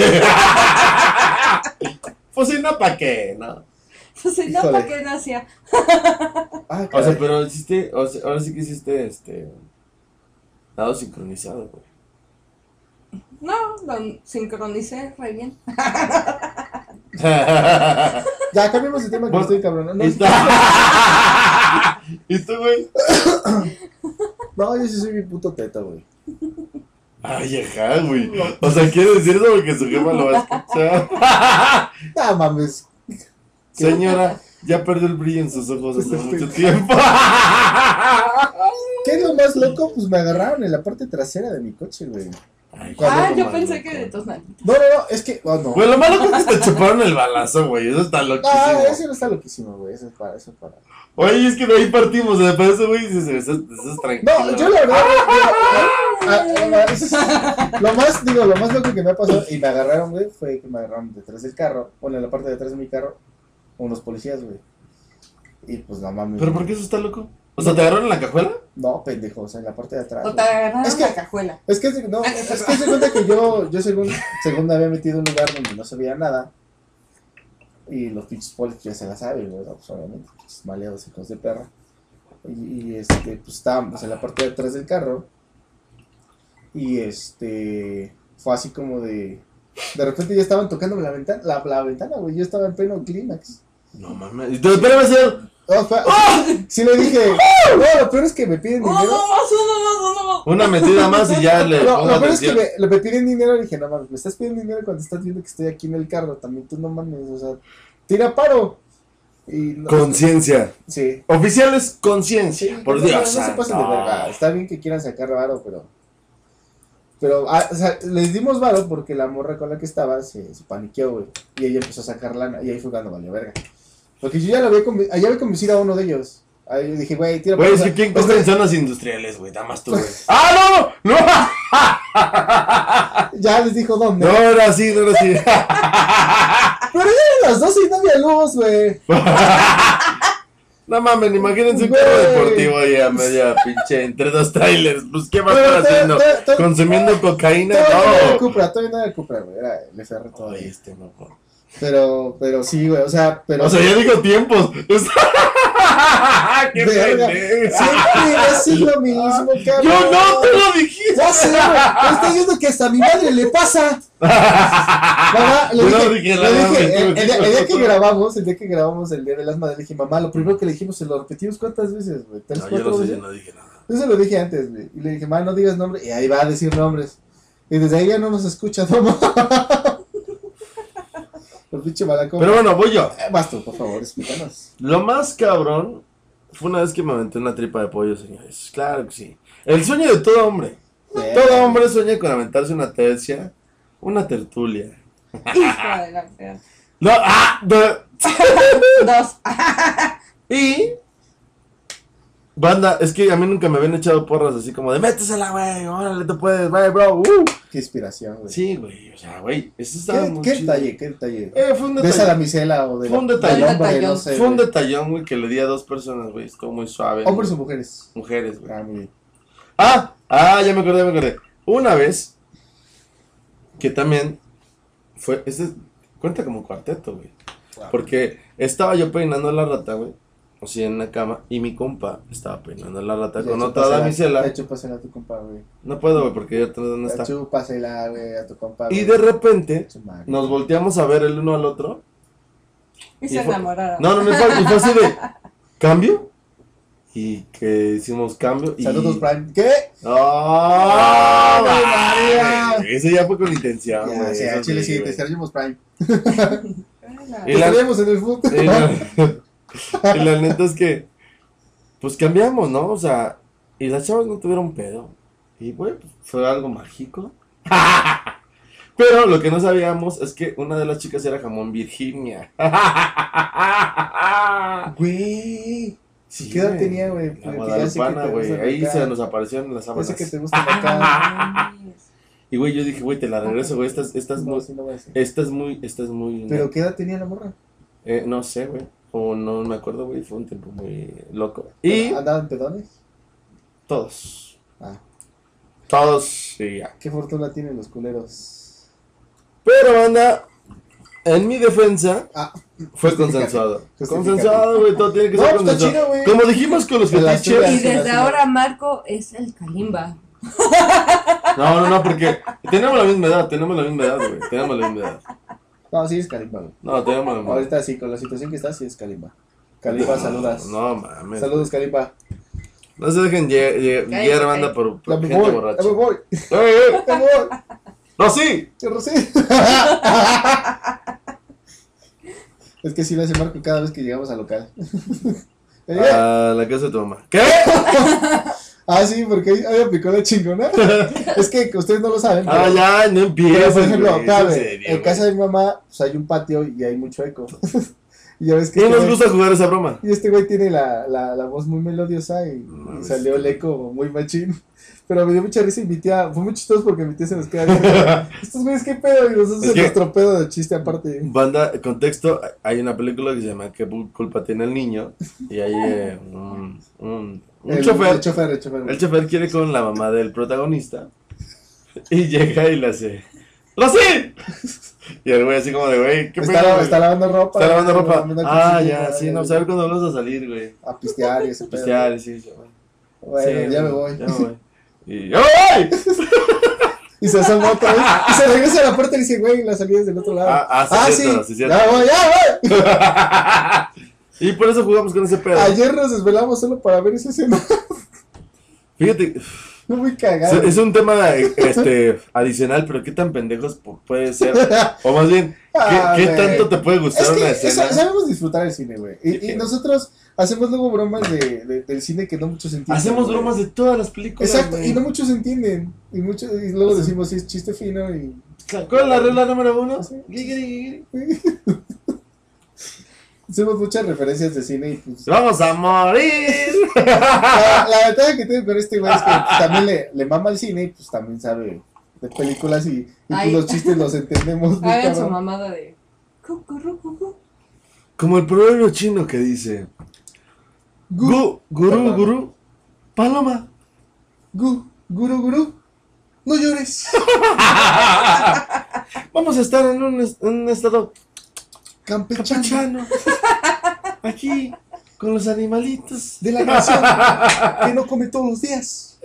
[SPEAKER 2] Pues si no, ¿para qué? ¿No?
[SPEAKER 3] pues si no,
[SPEAKER 1] Híjole.
[SPEAKER 3] ¿para qué nacía?
[SPEAKER 1] Ah,
[SPEAKER 2] O sea,
[SPEAKER 1] caray.
[SPEAKER 2] pero hiciste, o sea, ahora sí que hiciste, nado sincronizado, güey.
[SPEAKER 3] No, lo sincronicé re bien.
[SPEAKER 1] Ya, cambiemos de tema que
[SPEAKER 2] Bueno,
[SPEAKER 1] estoy cabrón. No,
[SPEAKER 2] ¿Y tú, güey?
[SPEAKER 1] no, yo sí soy mi puto teta, güey.
[SPEAKER 2] Ay, ajá, güey. O sea, quiere decir eso porque su jefa lo va a escuchar.
[SPEAKER 1] No mames.
[SPEAKER 2] Señora, ya perdió el brillo en sus ojos hace mucho tiempo.
[SPEAKER 1] ¿Qué es lo más loco? Pues me agarraron en la parte trasera de mi coche, güey.
[SPEAKER 2] Ay,
[SPEAKER 1] ¿Cuándo
[SPEAKER 3] Ah,
[SPEAKER 2] lo
[SPEAKER 3] yo
[SPEAKER 2] más
[SPEAKER 3] pensé
[SPEAKER 2] loco.
[SPEAKER 3] que de tus narices.
[SPEAKER 1] No, es que. Oh, no.
[SPEAKER 2] Güey, lo malo es que te chuparon el balazo, güey. Eso está loquísimo.
[SPEAKER 1] Ah, eso no está loquísimo, güey. Eso es para.
[SPEAKER 2] Oye, es que de ahí partimos. De eso, güey, dices, eso es tranquilo.
[SPEAKER 1] No, yo la verdad. Lo más loco que me ha pasado y me agarraron, güey, fue que me agarraron detrás del carro. Bueno, en la parte de atrás de mi carro, unos policías, güey. Y pues no mames.
[SPEAKER 2] ¿Pero por qué eso está loco? O sea, ¿te agarraron en la cajuela?
[SPEAKER 1] No, pendejo, o sea, en la parte de atrás.
[SPEAKER 3] O te
[SPEAKER 1] güey.
[SPEAKER 3] agarraron
[SPEAKER 1] Es que-
[SPEAKER 3] la cajuela.
[SPEAKER 1] Es que se cuenta que yo según me había metido en un lugar donde no se veía nada. Y los pinches polis ya se la saben, güey, no, pues obviamente, pinches maleados hijos de perra. Y pues estábamos en la parte de atrás del carro. Y fue así como de repente ya estaban tocándome la ventana, la ventana, güey, yo estaba en pleno clímax.
[SPEAKER 2] No mames. Y tú, espérame, señor.
[SPEAKER 1] Sí le dije, no, lo peor es que me piden
[SPEAKER 3] Uno
[SPEAKER 1] dinero.
[SPEAKER 3] más, uno más.
[SPEAKER 2] Una metida más y ya le
[SPEAKER 1] No,
[SPEAKER 2] pongo
[SPEAKER 1] lo peor es que
[SPEAKER 2] atención.
[SPEAKER 1] me piden dinero y dije, no mames, me estás pidiendo dinero cuando estás viendo que estoy aquí en el carro, también tú no mames, o sea, tira paro. Y no,
[SPEAKER 2] Conciencia.
[SPEAKER 1] sí.
[SPEAKER 2] Oficiales, conciencia. Por
[SPEAKER 1] no,
[SPEAKER 2] Dios.
[SPEAKER 1] no se pasen de verga, está bien que quieran sacar varo, pero o sea, les dimos varo porque la morra con la que estaba se paniqueó, güey, y ella empezó a sacar lana, y ahí fue cuando valió verga. Porque yo ya había convencido a uno de ellos. Ahí yo dije, güey, tira
[SPEAKER 2] Güey,
[SPEAKER 1] paro.
[SPEAKER 2] es que ¿quién
[SPEAKER 1] Pues,
[SPEAKER 2] compra en zonas industriales, güey? Nada más tú, güey. ¡Ah, no! ¡No!
[SPEAKER 1] ya les dijo dónde.
[SPEAKER 2] No, era así, no era así.
[SPEAKER 1] Pero ya eran las 12 y no había luz, güey.
[SPEAKER 2] No mames, imagínense un
[SPEAKER 1] Güey.
[SPEAKER 2] carro deportivo ahí a media pinche entre dos trailers. Pues, ¿qué va a
[SPEAKER 1] Pero
[SPEAKER 2] estar haciendo?
[SPEAKER 1] to-
[SPEAKER 2] ¿Consumiendo cocaína?
[SPEAKER 1] Todavía no era el
[SPEAKER 2] No.
[SPEAKER 1] Cupra, güey, era el FR
[SPEAKER 2] Ay,
[SPEAKER 1] todavía.
[SPEAKER 2] no.
[SPEAKER 1] Pero sí, güey, o sea,
[SPEAKER 2] O sea, ya digo tiempos. ¡Qué
[SPEAKER 1] verga,
[SPEAKER 2] pendejo!
[SPEAKER 1] siempre iba a ser lo mismo, cabrón.
[SPEAKER 2] Yo no te lo dijiste.
[SPEAKER 1] Ya sé, güey, me estoy viendo que hasta a mi madre le pasa. Mamá, le
[SPEAKER 2] Yo no
[SPEAKER 1] dije,
[SPEAKER 2] dije nada,
[SPEAKER 1] el
[SPEAKER 2] güey,
[SPEAKER 1] día
[SPEAKER 2] tú.
[SPEAKER 1] que grabamos el Día de las Madres, le dije, mamá, lo primero que le dijimos, se lo repetimos ¿cuántas veces, güey? ¿3,
[SPEAKER 2] No, yo
[SPEAKER 1] 4
[SPEAKER 2] no sé,
[SPEAKER 1] veces?
[SPEAKER 2] yo no dije nada.
[SPEAKER 1] Yo se lo dije antes, güey. Y le dije, mamá, no digas nombre. Y ahí va a decir nombres. Y desde ahí ya no nos escucha, mamá. El pinche malacón.
[SPEAKER 2] Pero bueno, voy yo.
[SPEAKER 1] Vas tú, por favor, explícanos.
[SPEAKER 2] Lo más cabrón fue una vez que me aventé una tripa de pollo, señores. Claro que sí. El sueño de todo hombre. Todo hombre sueña con aventarse una tercia, una tertulia.
[SPEAKER 3] Hijo de la fea.
[SPEAKER 2] No,
[SPEAKER 3] Dos.
[SPEAKER 2] Y banda, es que a mí nunca me habían echado porras así como de métesela, güey, órale, tú puedes, bye, bro.
[SPEAKER 1] Qué inspiración, güey.
[SPEAKER 2] Sí, güey, o sea, güey, eso estaba muy
[SPEAKER 1] ¿Qué
[SPEAKER 2] chido.
[SPEAKER 1] detalle, qué detalle?
[SPEAKER 2] Fue un
[SPEAKER 1] De esa
[SPEAKER 2] detalle.
[SPEAKER 1] damisela o de
[SPEAKER 2] Fue un
[SPEAKER 1] del
[SPEAKER 2] detalle.
[SPEAKER 1] hombre, no sé.
[SPEAKER 2] Fue un
[SPEAKER 1] güey.
[SPEAKER 2] detallón, güey, que le di a 2 personas, güey, estuvo muy suave.
[SPEAKER 1] ¿Hombres o mujeres?
[SPEAKER 2] Mujeres, güey.
[SPEAKER 1] Ah, muy bien.
[SPEAKER 2] Ya me acordé. Una vez que también fue, cuenta como cuarteto, güey. Porque estaba yo peinando la rata, güey, o sea, en la cama, y mi compa estaba peinando la rata con otra damisela.
[SPEAKER 1] Ya chúpasela a tu compa, güey.
[SPEAKER 2] No puedo, güey, porque ya no
[SPEAKER 1] Ya
[SPEAKER 2] está.
[SPEAKER 1] chúpasela, güey, a tu compa.
[SPEAKER 2] Y
[SPEAKER 1] güey.
[SPEAKER 2] de repente
[SPEAKER 1] Su madre.
[SPEAKER 2] nos volteamos a ver el uno al otro.
[SPEAKER 3] Y se
[SPEAKER 2] fue-
[SPEAKER 3] enamoraron.
[SPEAKER 2] No, y fue así de ¿cambio? Y que hicimos cambio y...
[SPEAKER 1] Saludos, Prime. ¿Qué?
[SPEAKER 2] ¡Oh!
[SPEAKER 1] ¡Ay, María!
[SPEAKER 2] Eso ya fue con intención,
[SPEAKER 1] Ya,
[SPEAKER 2] güey.
[SPEAKER 1] sí, a
[SPEAKER 2] eso
[SPEAKER 1] Chile sí, te
[SPEAKER 2] güey.
[SPEAKER 1] extrañamos Prime.
[SPEAKER 3] Hola.
[SPEAKER 2] Y
[SPEAKER 1] Te
[SPEAKER 2] la-
[SPEAKER 1] estaríamos en el fútbol.
[SPEAKER 2] Y la neta es que, pues cambiamos, ¿no? O sea, y las chavas no tuvieron pedo. Y, güey, pues, fue algo mágico. Pero lo que no sabíamos es que una de las chicas era jamón Virginia.
[SPEAKER 1] Güey.
[SPEAKER 2] Sí,
[SPEAKER 1] ¿Qué edad
[SPEAKER 2] güey.
[SPEAKER 1] tenía, güey?
[SPEAKER 2] La
[SPEAKER 1] Porque ya sé que
[SPEAKER 2] guadalupana,
[SPEAKER 1] te
[SPEAKER 2] güey.
[SPEAKER 1] gusta
[SPEAKER 2] Ahí
[SPEAKER 1] acá.
[SPEAKER 2] se nos aparecieron las
[SPEAKER 1] Ya
[SPEAKER 2] sábanas.
[SPEAKER 1] sé que te gusta acá.
[SPEAKER 2] Y, güey, yo dije, güey, te la regreso, güey. Esta es
[SPEAKER 1] No,
[SPEAKER 2] muy...
[SPEAKER 1] sí, no voy a decir.
[SPEAKER 2] Esta es muy...
[SPEAKER 1] ¿Pero qué edad tenía la morra?
[SPEAKER 2] no sé, güey. O no me acuerdo, güey. Fue un tiempo muy loco. Y
[SPEAKER 1] ¿Andaban pedones?
[SPEAKER 2] todos.
[SPEAKER 1] Ah,
[SPEAKER 2] Todos, sí, ya.
[SPEAKER 1] qué fortuna tienen los culeros.
[SPEAKER 2] Pero, banda, en mi defensa,
[SPEAKER 1] Ah,
[SPEAKER 2] fue
[SPEAKER 1] justifícate,
[SPEAKER 2] consensuado.
[SPEAKER 1] justifícate.
[SPEAKER 2] Consensuado, güey. Todo tiene que
[SPEAKER 1] No,
[SPEAKER 2] ser
[SPEAKER 1] pues está
[SPEAKER 2] consensuado.
[SPEAKER 1] chido, güey.
[SPEAKER 2] Como dijimos con los
[SPEAKER 1] De las
[SPEAKER 2] fetiches.
[SPEAKER 3] Y
[SPEAKER 1] tuyas.
[SPEAKER 3] desde ahora Marco es el Kalimba.
[SPEAKER 2] No, porque tenemos la misma edad, güey. Tenemos la misma edad.
[SPEAKER 1] No, sí es Kalimba, güey.
[SPEAKER 2] No, tenemos la misma edad.
[SPEAKER 1] Ahorita sí, con la situación que está, sí es Kalimba. Kalimba, saludas.
[SPEAKER 2] No, mames.
[SPEAKER 1] Saludos, Kalimba.
[SPEAKER 2] No se dejen guiar, banda, por
[SPEAKER 1] Ya me
[SPEAKER 2] gente
[SPEAKER 1] voy,
[SPEAKER 2] borracha.
[SPEAKER 1] ya me voy,
[SPEAKER 2] ¡Eh!
[SPEAKER 1] ya me voy.
[SPEAKER 2] ¡No, sí!
[SPEAKER 1] Pero sí. Es que sí lo hace Marco cada vez que llegamos al local.
[SPEAKER 2] A la casa de tu mamá. ¿Qué?
[SPEAKER 1] Ah, sí, porque ahí aplicó la chingona. Es que ustedes no lo saben.
[SPEAKER 2] Ah, ya, no
[SPEAKER 1] Pero,
[SPEAKER 2] empieces,
[SPEAKER 1] por ejemplo,
[SPEAKER 2] güey,
[SPEAKER 1] espérame,
[SPEAKER 2] es en serio,
[SPEAKER 1] en
[SPEAKER 2] güey.
[SPEAKER 1] casa de mi mamá, pues hay un patio y hay mucho eco. Y ya ves que
[SPEAKER 2] ¿Quién
[SPEAKER 1] este
[SPEAKER 2] nos
[SPEAKER 1] güey-
[SPEAKER 2] gusta jugar esa broma?
[SPEAKER 1] y este güey tiene la voz muy melodiosa y
[SPEAKER 2] mames.
[SPEAKER 1] salió el eco muy machín. Pero me dio mucha risa y mi tía, fue muy chistoso porque mi tía se nos queda viendo. Estos güeyes, ¿qué pedo? Y nosotros
[SPEAKER 2] Es
[SPEAKER 1] en
[SPEAKER 2] que-
[SPEAKER 1] nuestro pedo de chiste aparte.
[SPEAKER 2] Banda, contexto, hay una película que se llama ¿Qué culpa tiene el niño? Y hay un chofer.
[SPEAKER 1] El chofer.
[SPEAKER 2] El chofer quiere con la mamá del protagonista y llega y le hace ¡Rosy! Y el güey así como de, güey, ¿qué pedo, güey?
[SPEAKER 1] Está lavando ropa.
[SPEAKER 2] Está lavando ropa.
[SPEAKER 1] lavando el
[SPEAKER 2] Ah,
[SPEAKER 1] cuchillo,
[SPEAKER 2] ya, sí, no,
[SPEAKER 1] ya,
[SPEAKER 2] saber cuándo vamos a salir, güey.
[SPEAKER 1] a pistear y ese pedo.
[SPEAKER 2] Pistear, sí, sí, güey.
[SPEAKER 1] Bueno,
[SPEAKER 2] Sí,
[SPEAKER 1] ya me
[SPEAKER 2] güey,
[SPEAKER 1] voy.
[SPEAKER 2] Ya me voy. Y ¡ya me voy!
[SPEAKER 1] Y se asoma otra vez. Y se regresa a la puerta y dice, güey, la salida es del otro lado.
[SPEAKER 2] Sí, cierto, sí, cierto.
[SPEAKER 1] Ya voy, ya voy.
[SPEAKER 2] Y por eso jugamos con ese pedo.
[SPEAKER 1] Ayer nos desvelamos solo para ver esa escena.
[SPEAKER 2] Fíjate,
[SPEAKER 1] No muy cagado.
[SPEAKER 2] es un tema adicional, pero qué tan pendejos puede ser. O más bien, ¿qué
[SPEAKER 1] Güey.
[SPEAKER 2] tanto te puede gustar
[SPEAKER 1] Es
[SPEAKER 2] una
[SPEAKER 1] que
[SPEAKER 2] escena?
[SPEAKER 1] sabemos disfrutar el cine, güey. Y nosotros hacemos luego bromas del cine que no muchos entienden.
[SPEAKER 2] Hacemos
[SPEAKER 1] güey.
[SPEAKER 2] bromas de todas las películas.
[SPEAKER 1] Exacto,
[SPEAKER 2] güey.
[SPEAKER 1] y no muchos entienden. Y luego decimos, sí, es chiste fino y...
[SPEAKER 2] ¿Cuál es la regla número 1?
[SPEAKER 1] Sí. Hacemos muchas referencias de cine y pues...
[SPEAKER 2] ¡Vamos a morir!
[SPEAKER 1] La ventaja que tengo con este güey es que pues, también le mama el cine y pues también sabe de películas y pues,
[SPEAKER 3] Ay.
[SPEAKER 1] los chistes los entendemos. muy
[SPEAKER 3] Hagan su
[SPEAKER 1] cabrón.
[SPEAKER 3] mamada de. Cucurrucucu.
[SPEAKER 2] Como el proverbio chino que dice: Gurú, paloma.
[SPEAKER 1] Guru, no llores.
[SPEAKER 2] Vamos a estar en un estado
[SPEAKER 1] Campechano
[SPEAKER 2] campechano. Aquí, con los animalitos.
[SPEAKER 1] de la nación que no come todos los días.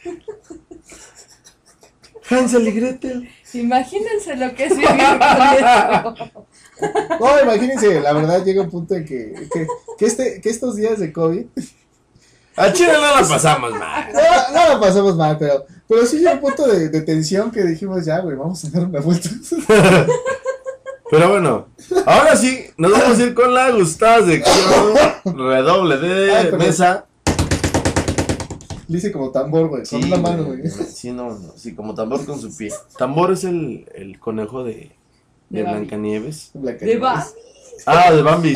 [SPEAKER 2] Hansel y Gretel.
[SPEAKER 3] Imagínense lo que es vivir con eso.
[SPEAKER 1] No, imagínense, la verdad llega un punto en que estos días de COVID,
[SPEAKER 2] A Chile no la pasamos mal.
[SPEAKER 1] no la pasamos mal, pero sí llega un punto de tensión que dijimos, ya, güey, vamos a dar una vuelta.
[SPEAKER 2] Pero bueno, ahora sí, nos vamos a ir con la gustada sección. Redoble de
[SPEAKER 1] Ay, perdón.
[SPEAKER 2] mesa.
[SPEAKER 1] Le hice como tambor, güey, con una mano, güey.
[SPEAKER 2] Sí, sí, como tambor con su pie. Tambor es el conejo de
[SPEAKER 3] De Bambi.
[SPEAKER 2] Blancanieves.
[SPEAKER 3] De Bambi.
[SPEAKER 2] Ah, de Bambi.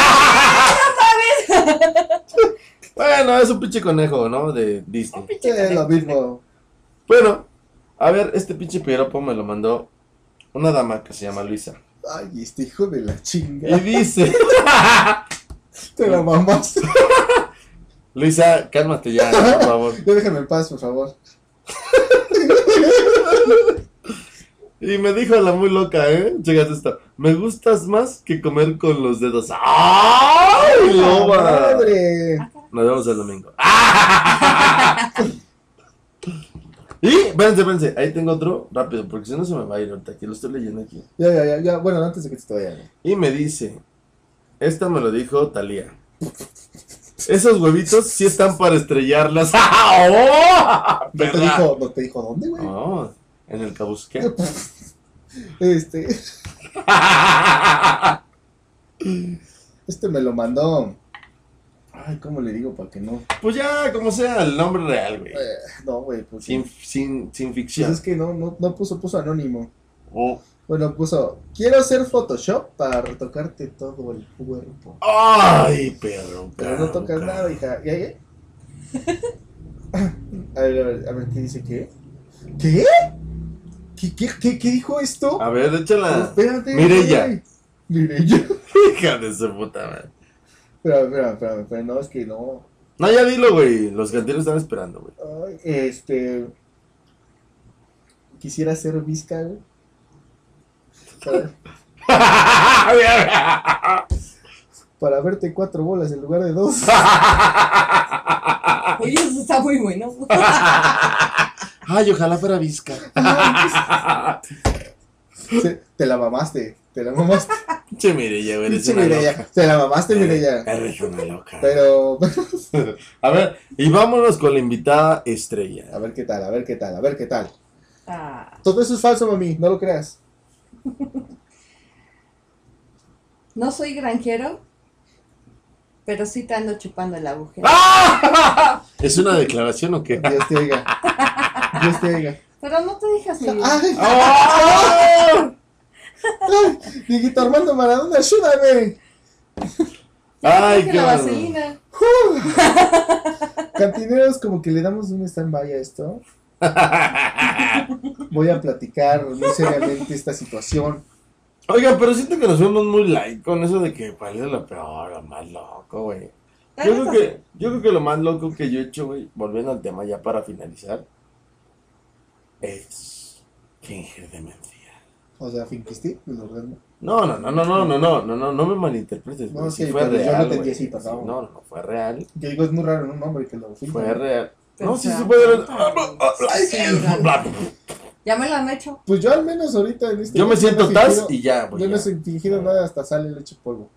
[SPEAKER 2] Bueno, es un pinche conejo, ¿no? De Disney.
[SPEAKER 1] Es lo mismo.
[SPEAKER 2] Bueno, a ver, este pinche piropo me lo mandó una dama que se llama Luisa.
[SPEAKER 1] Ay, este hijo de la
[SPEAKER 2] Y
[SPEAKER 1] chinga.
[SPEAKER 2] dice:
[SPEAKER 1] Te la mamaste.
[SPEAKER 2] Luisa, cálmate ya, por favor.
[SPEAKER 1] Ya déjame en paz, por favor.
[SPEAKER 2] Y me dijo la muy loca, Chécate esto. Me gustas más que comer con los dedos. ¡Ay, loba!
[SPEAKER 1] ¡Madre!
[SPEAKER 2] Nos vemos el domingo. Y, espérense, ahí tengo otro, rápido, porque si no se me va a ir ahorita, aquí lo estoy leyendo aquí.
[SPEAKER 1] Ya. Bueno, antes de que te vaya.
[SPEAKER 2] Y me dice, esta me lo dijo Talía. Esos huevitos sí están para estrellarlas. ¡Oh! Perra.
[SPEAKER 1] ¿No te dijo dónde, güey?
[SPEAKER 2] Oh, en el cabusqué.
[SPEAKER 1] Este me lo mandó. Ay, ¿cómo le digo para que no?
[SPEAKER 2] Pues ya, como sea, el nombre real, güey.
[SPEAKER 1] No, güey, pues.
[SPEAKER 2] Sin
[SPEAKER 1] Pues
[SPEAKER 2] ficción.
[SPEAKER 1] es que no puso anónimo.
[SPEAKER 2] Oh.
[SPEAKER 1] Bueno, puso, quiero hacer Photoshop para retocarte todo el cuerpo.
[SPEAKER 2] Ay, perro.
[SPEAKER 1] Pero no tocas nada, hija. ¿Y ahí? A ver, ¿qué dice qué? ¿Qué? ¿Qué dijo esto?
[SPEAKER 2] A ver, échala.
[SPEAKER 1] Espérate.
[SPEAKER 2] Mireya.
[SPEAKER 1] güey. Mireya.
[SPEAKER 2] Hija de su puta madre.
[SPEAKER 1] Espera, no, es que no.
[SPEAKER 2] No, ya dilo, güey. Los canteros están esperando, güey.
[SPEAKER 1] Ay, quisiera ser visca, güey. Para verte 4 bolas en lugar de 2.
[SPEAKER 3] Oye, eso está muy bueno.
[SPEAKER 2] Ay, ojalá fuera visca.
[SPEAKER 1] Te la mamaste. Te la mamaste.
[SPEAKER 2] Che, Mireya, güey, eres
[SPEAKER 1] Pinche
[SPEAKER 2] una
[SPEAKER 1] Mireya.
[SPEAKER 2] loca.
[SPEAKER 1] Te la mamaste, Mireya.
[SPEAKER 2] Eres una loca.
[SPEAKER 1] Pero.
[SPEAKER 2] A ver, y vámonos con la invitada estrella.
[SPEAKER 1] A ver qué tal, a ver qué tal, a ver qué tal.
[SPEAKER 3] Ah,
[SPEAKER 1] Todo eso es falso, mami. No lo creas.
[SPEAKER 3] no soy granjero, pero sí te ando chupando el agujero.
[SPEAKER 2] ¡Ah! ¿Es una declaración o qué?
[SPEAKER 1] Dios te oiga. Dios te oiga.
[SPEAKER 3] Pero no te dejas mi vida.
[SPEAKER 1] ¡Ay!
[SPEAKER 2] ¡Ah!
[SPEAKER 1] ¡Ay! Dieguito Armando Maradona, ayúdame.
[SPEAKER 2] Ay,
[SPEAKER 3] Coge
[SPEAKER 2] qué
[SPEAKER 3] la
[SPEAKER 2] bueno.
[SPEAKER 3] vaselina.
[SPEAKER 1] Cantineros, como que le damos un stand-by a esto. Voy a platicar muy seriamente esta situación.
[SPEAKER 2] Oigan, pero siento que nos vemos muy light con eso de que cuál es lo peor, lo más loco, güey. Yo creo que lo más loco que yo he hecho, güey, volviendo al tema ya para finalizar, es fingir demencia.
[SPEAKER 1] O sea, ¿finquiste? No,
[SPEAKER 2] No me malinterpretes, güey.
[SPEAKER 1] No,
[SPEAKER 2] Sí
[SPEAKER 1] sí,
[SPEAKER 2] fue
[SPEAKER 1] pero yo lo
[SPEAKER 2] real,
[SPEAKER 1] entendí
[SPEAKER 2] güey.
[SPEAKER 1] así, perdón.
[SPEAKER 2] No, fue real.
[SPEAKER 1] yo digo, es muy raro en un hombre que lo finca.
[SPEAKER 2] Fue real.
[SPEAKER 3] Pero
[SPEAKER 2] No, sí
[SPEAKER 3] sea,
[SPEAKER 2] se puede ver.
[SPEAKER 3] Sí, ya me lo han hecho.
[SPEAKER 1] Pues yo al menos ahorita en este
[SPEAKER 2] Yo me siento
[SPEAKER 1] no he
[SPEAKER 2] tas
[SPEAKER 1] fingido-
[SPEAKER 2] y ya, güey.
[SPEAKER 1] Yo no
[SPEAKER 2] ya.
[SPEAKER 1] he fingido nada, hasta sale leche polvo.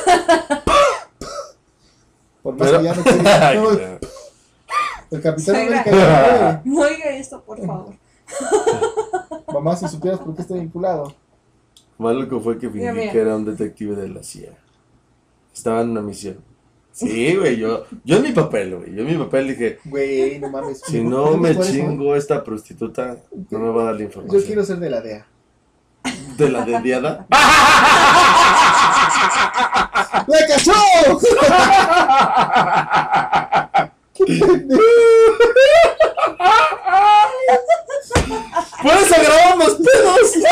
[SPEAKER 1] Por más
[SPEAKER 2] Pero-
[SPEAKER 1] que ya no quiera. No,
[SPEAKER 2] Ay,
[SPEAKER 1] el Capitán
[SPEAKER 3] Suegra.
[SPEAKER 1] América ya
[SPEAKER 3] No oiga esto, por favor.
[SPEAKER 1] fue. Mamá, si supieras por qué estoy vinculado.
[SPEAKER 2] Más loco fue que fingí
[SPEAKER 3] Mira.
[SPEAKER 2] que era un detective de la CIA. Estaba en una misión. Sí, güey, yo en mi papel, güey. Yo en mi papel dije,
[SPEAKER 1] Güey, no mames.
[SPEAKER 2] si no me
[SPEAKER 1] ¿Por eso?
[SPEAKER 2] chingo esta prostituta, no me va a dar la información.
[SPEAKER 1] Yo quiero ser de la DEA.
[SPEAKER 2] ¿De la dediada?
[SPEAKER 1] ¡La cachó! ¡Qué pendejo!
[SPEAKER 2] ¡Por eso grabamos pedos!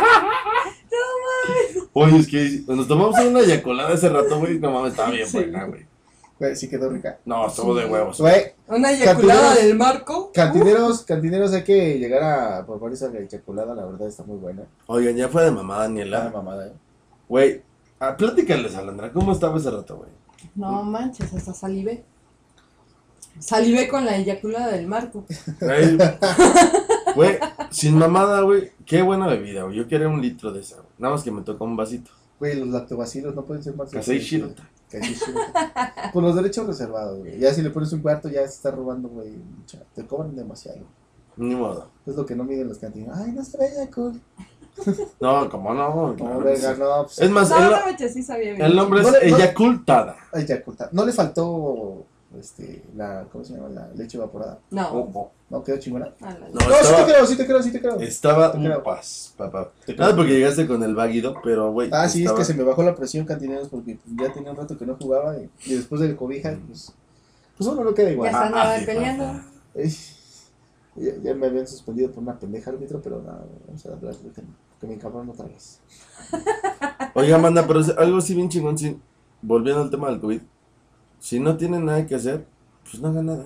[SPEAKER 2] Oye, es que nos tomamos una eyaculada hace rato, güey. No mames, estaba bien
[SPEAKER 3] Sí.
[SPEAKER 2] buena, güey.
[SPEAKER 1] Güey, sí quedó rica.
[SPEAKER 2] No, estuvo de huevos.
[SPEAKER 1] Güey,
[SPEAKER 3] Una eyaculada
[SPEAKER 1] Cantineros.
[SPEAKER 3] del marco.
[SPEAKER 1] cantineros, hay que llegar a probar esa eyaculada, la verdad está muy buena.
[SPEAKER 2] Oigan, ya fue de mamá,
[SPEAKER 1] La
[SPEAKER 2] Daniela.
[SPEAKER 1] mamada,
[SPEAKER 2] Güey, platícales, Alandra, ¿cómo estaba ese rato, güey?
[SPEAKER 3] No manches, hasta salivé. Salivé con la eyaculada del marco.
[SPEAKER 2] Güey, güey, sin mamada, güey. Qué buena bebida, güey. Yo quería 1 litro de esa, güey. Nada más que me tocó un vasito.
[SPEAKER 1] Güey, los lactobacilos no pueden ser más.
[SPEAKER 2] Casei Shirota.
[SPEAKER 1] Casei Shirota. Por los derechos reservados, güey. Ya si le pones un cuarto, ya se está robando, güey. Mucha. Te cobran demasiado.
[SPEAKER 2] Ni modo.
[SPEAKER 1] Es lo que no miden los cantineros. Ay, no se vaya, cool.
[SPEAKER 2] No, ¿cómo no?
[SPEAKER 1] No,
[SPEAKER 2] Claro que
[SPEAKER 1] verga,
[SPEAKER 2] sí.
[SPEAKER 1] no. Pues,
[SPEAKER 2] Es más,
[SPEAKER 3] No, no manches, sí sabía bien.
[SPEAKER 2] el nombre
[SPEAKER 1] No
[SPEAKER 2] es
[SPEAKER 1] le- no-
[SPEAKER 2] eyacultada.
[SPEAKER 1] eyacultar. No le faltó, la, ¿cómo se llama? La leche evaporada.
[SPEAKER 3] No.
[SPEAKER 1] No, quedó chingona.
[SPEAKER 3] A la-
[SPEAKER 2] No,
[SPEAKER 1] No,
[SPEAKER 2] estaba-
[SPEAKER 1] sí te creo.
[SPEAKER 2] Estaba
[SPEAKER 1] Te
[SPEAKER 2] un
[SPEAKER 1] creo.
[SPEAKER 2] paz, papá.
[SPEAKER 1] Te creo.
[SPEAKER 2] Nada porque llegaste con el váguido, pero, güey.
[SPEAKER 1] Ah, sí,
[SPEAKER 2] estaba-
[SPEAKER 1] es que se me bajó la presión, cantineros, porque ya tenía un rato que no jugaba y después del cobija, pues uno no queda igual.
[SPEAKER 3] Ya se andaba
[SPEAKER 2] sí,
[SPEAKER 3] peleando.
[SPEAKER 2] papá.
[SPEAKER 1] Ey, ya me habían suspendido por una pendeja árbitro, pero nada, vamos a hablar de que me encabrono otra vez.
[SPEAKER 2] Oiga, manda, pero algo así bien chingón, sí. Volviendo al tema del COVID. Si no tienen nada que hacer, pues no hagan nada.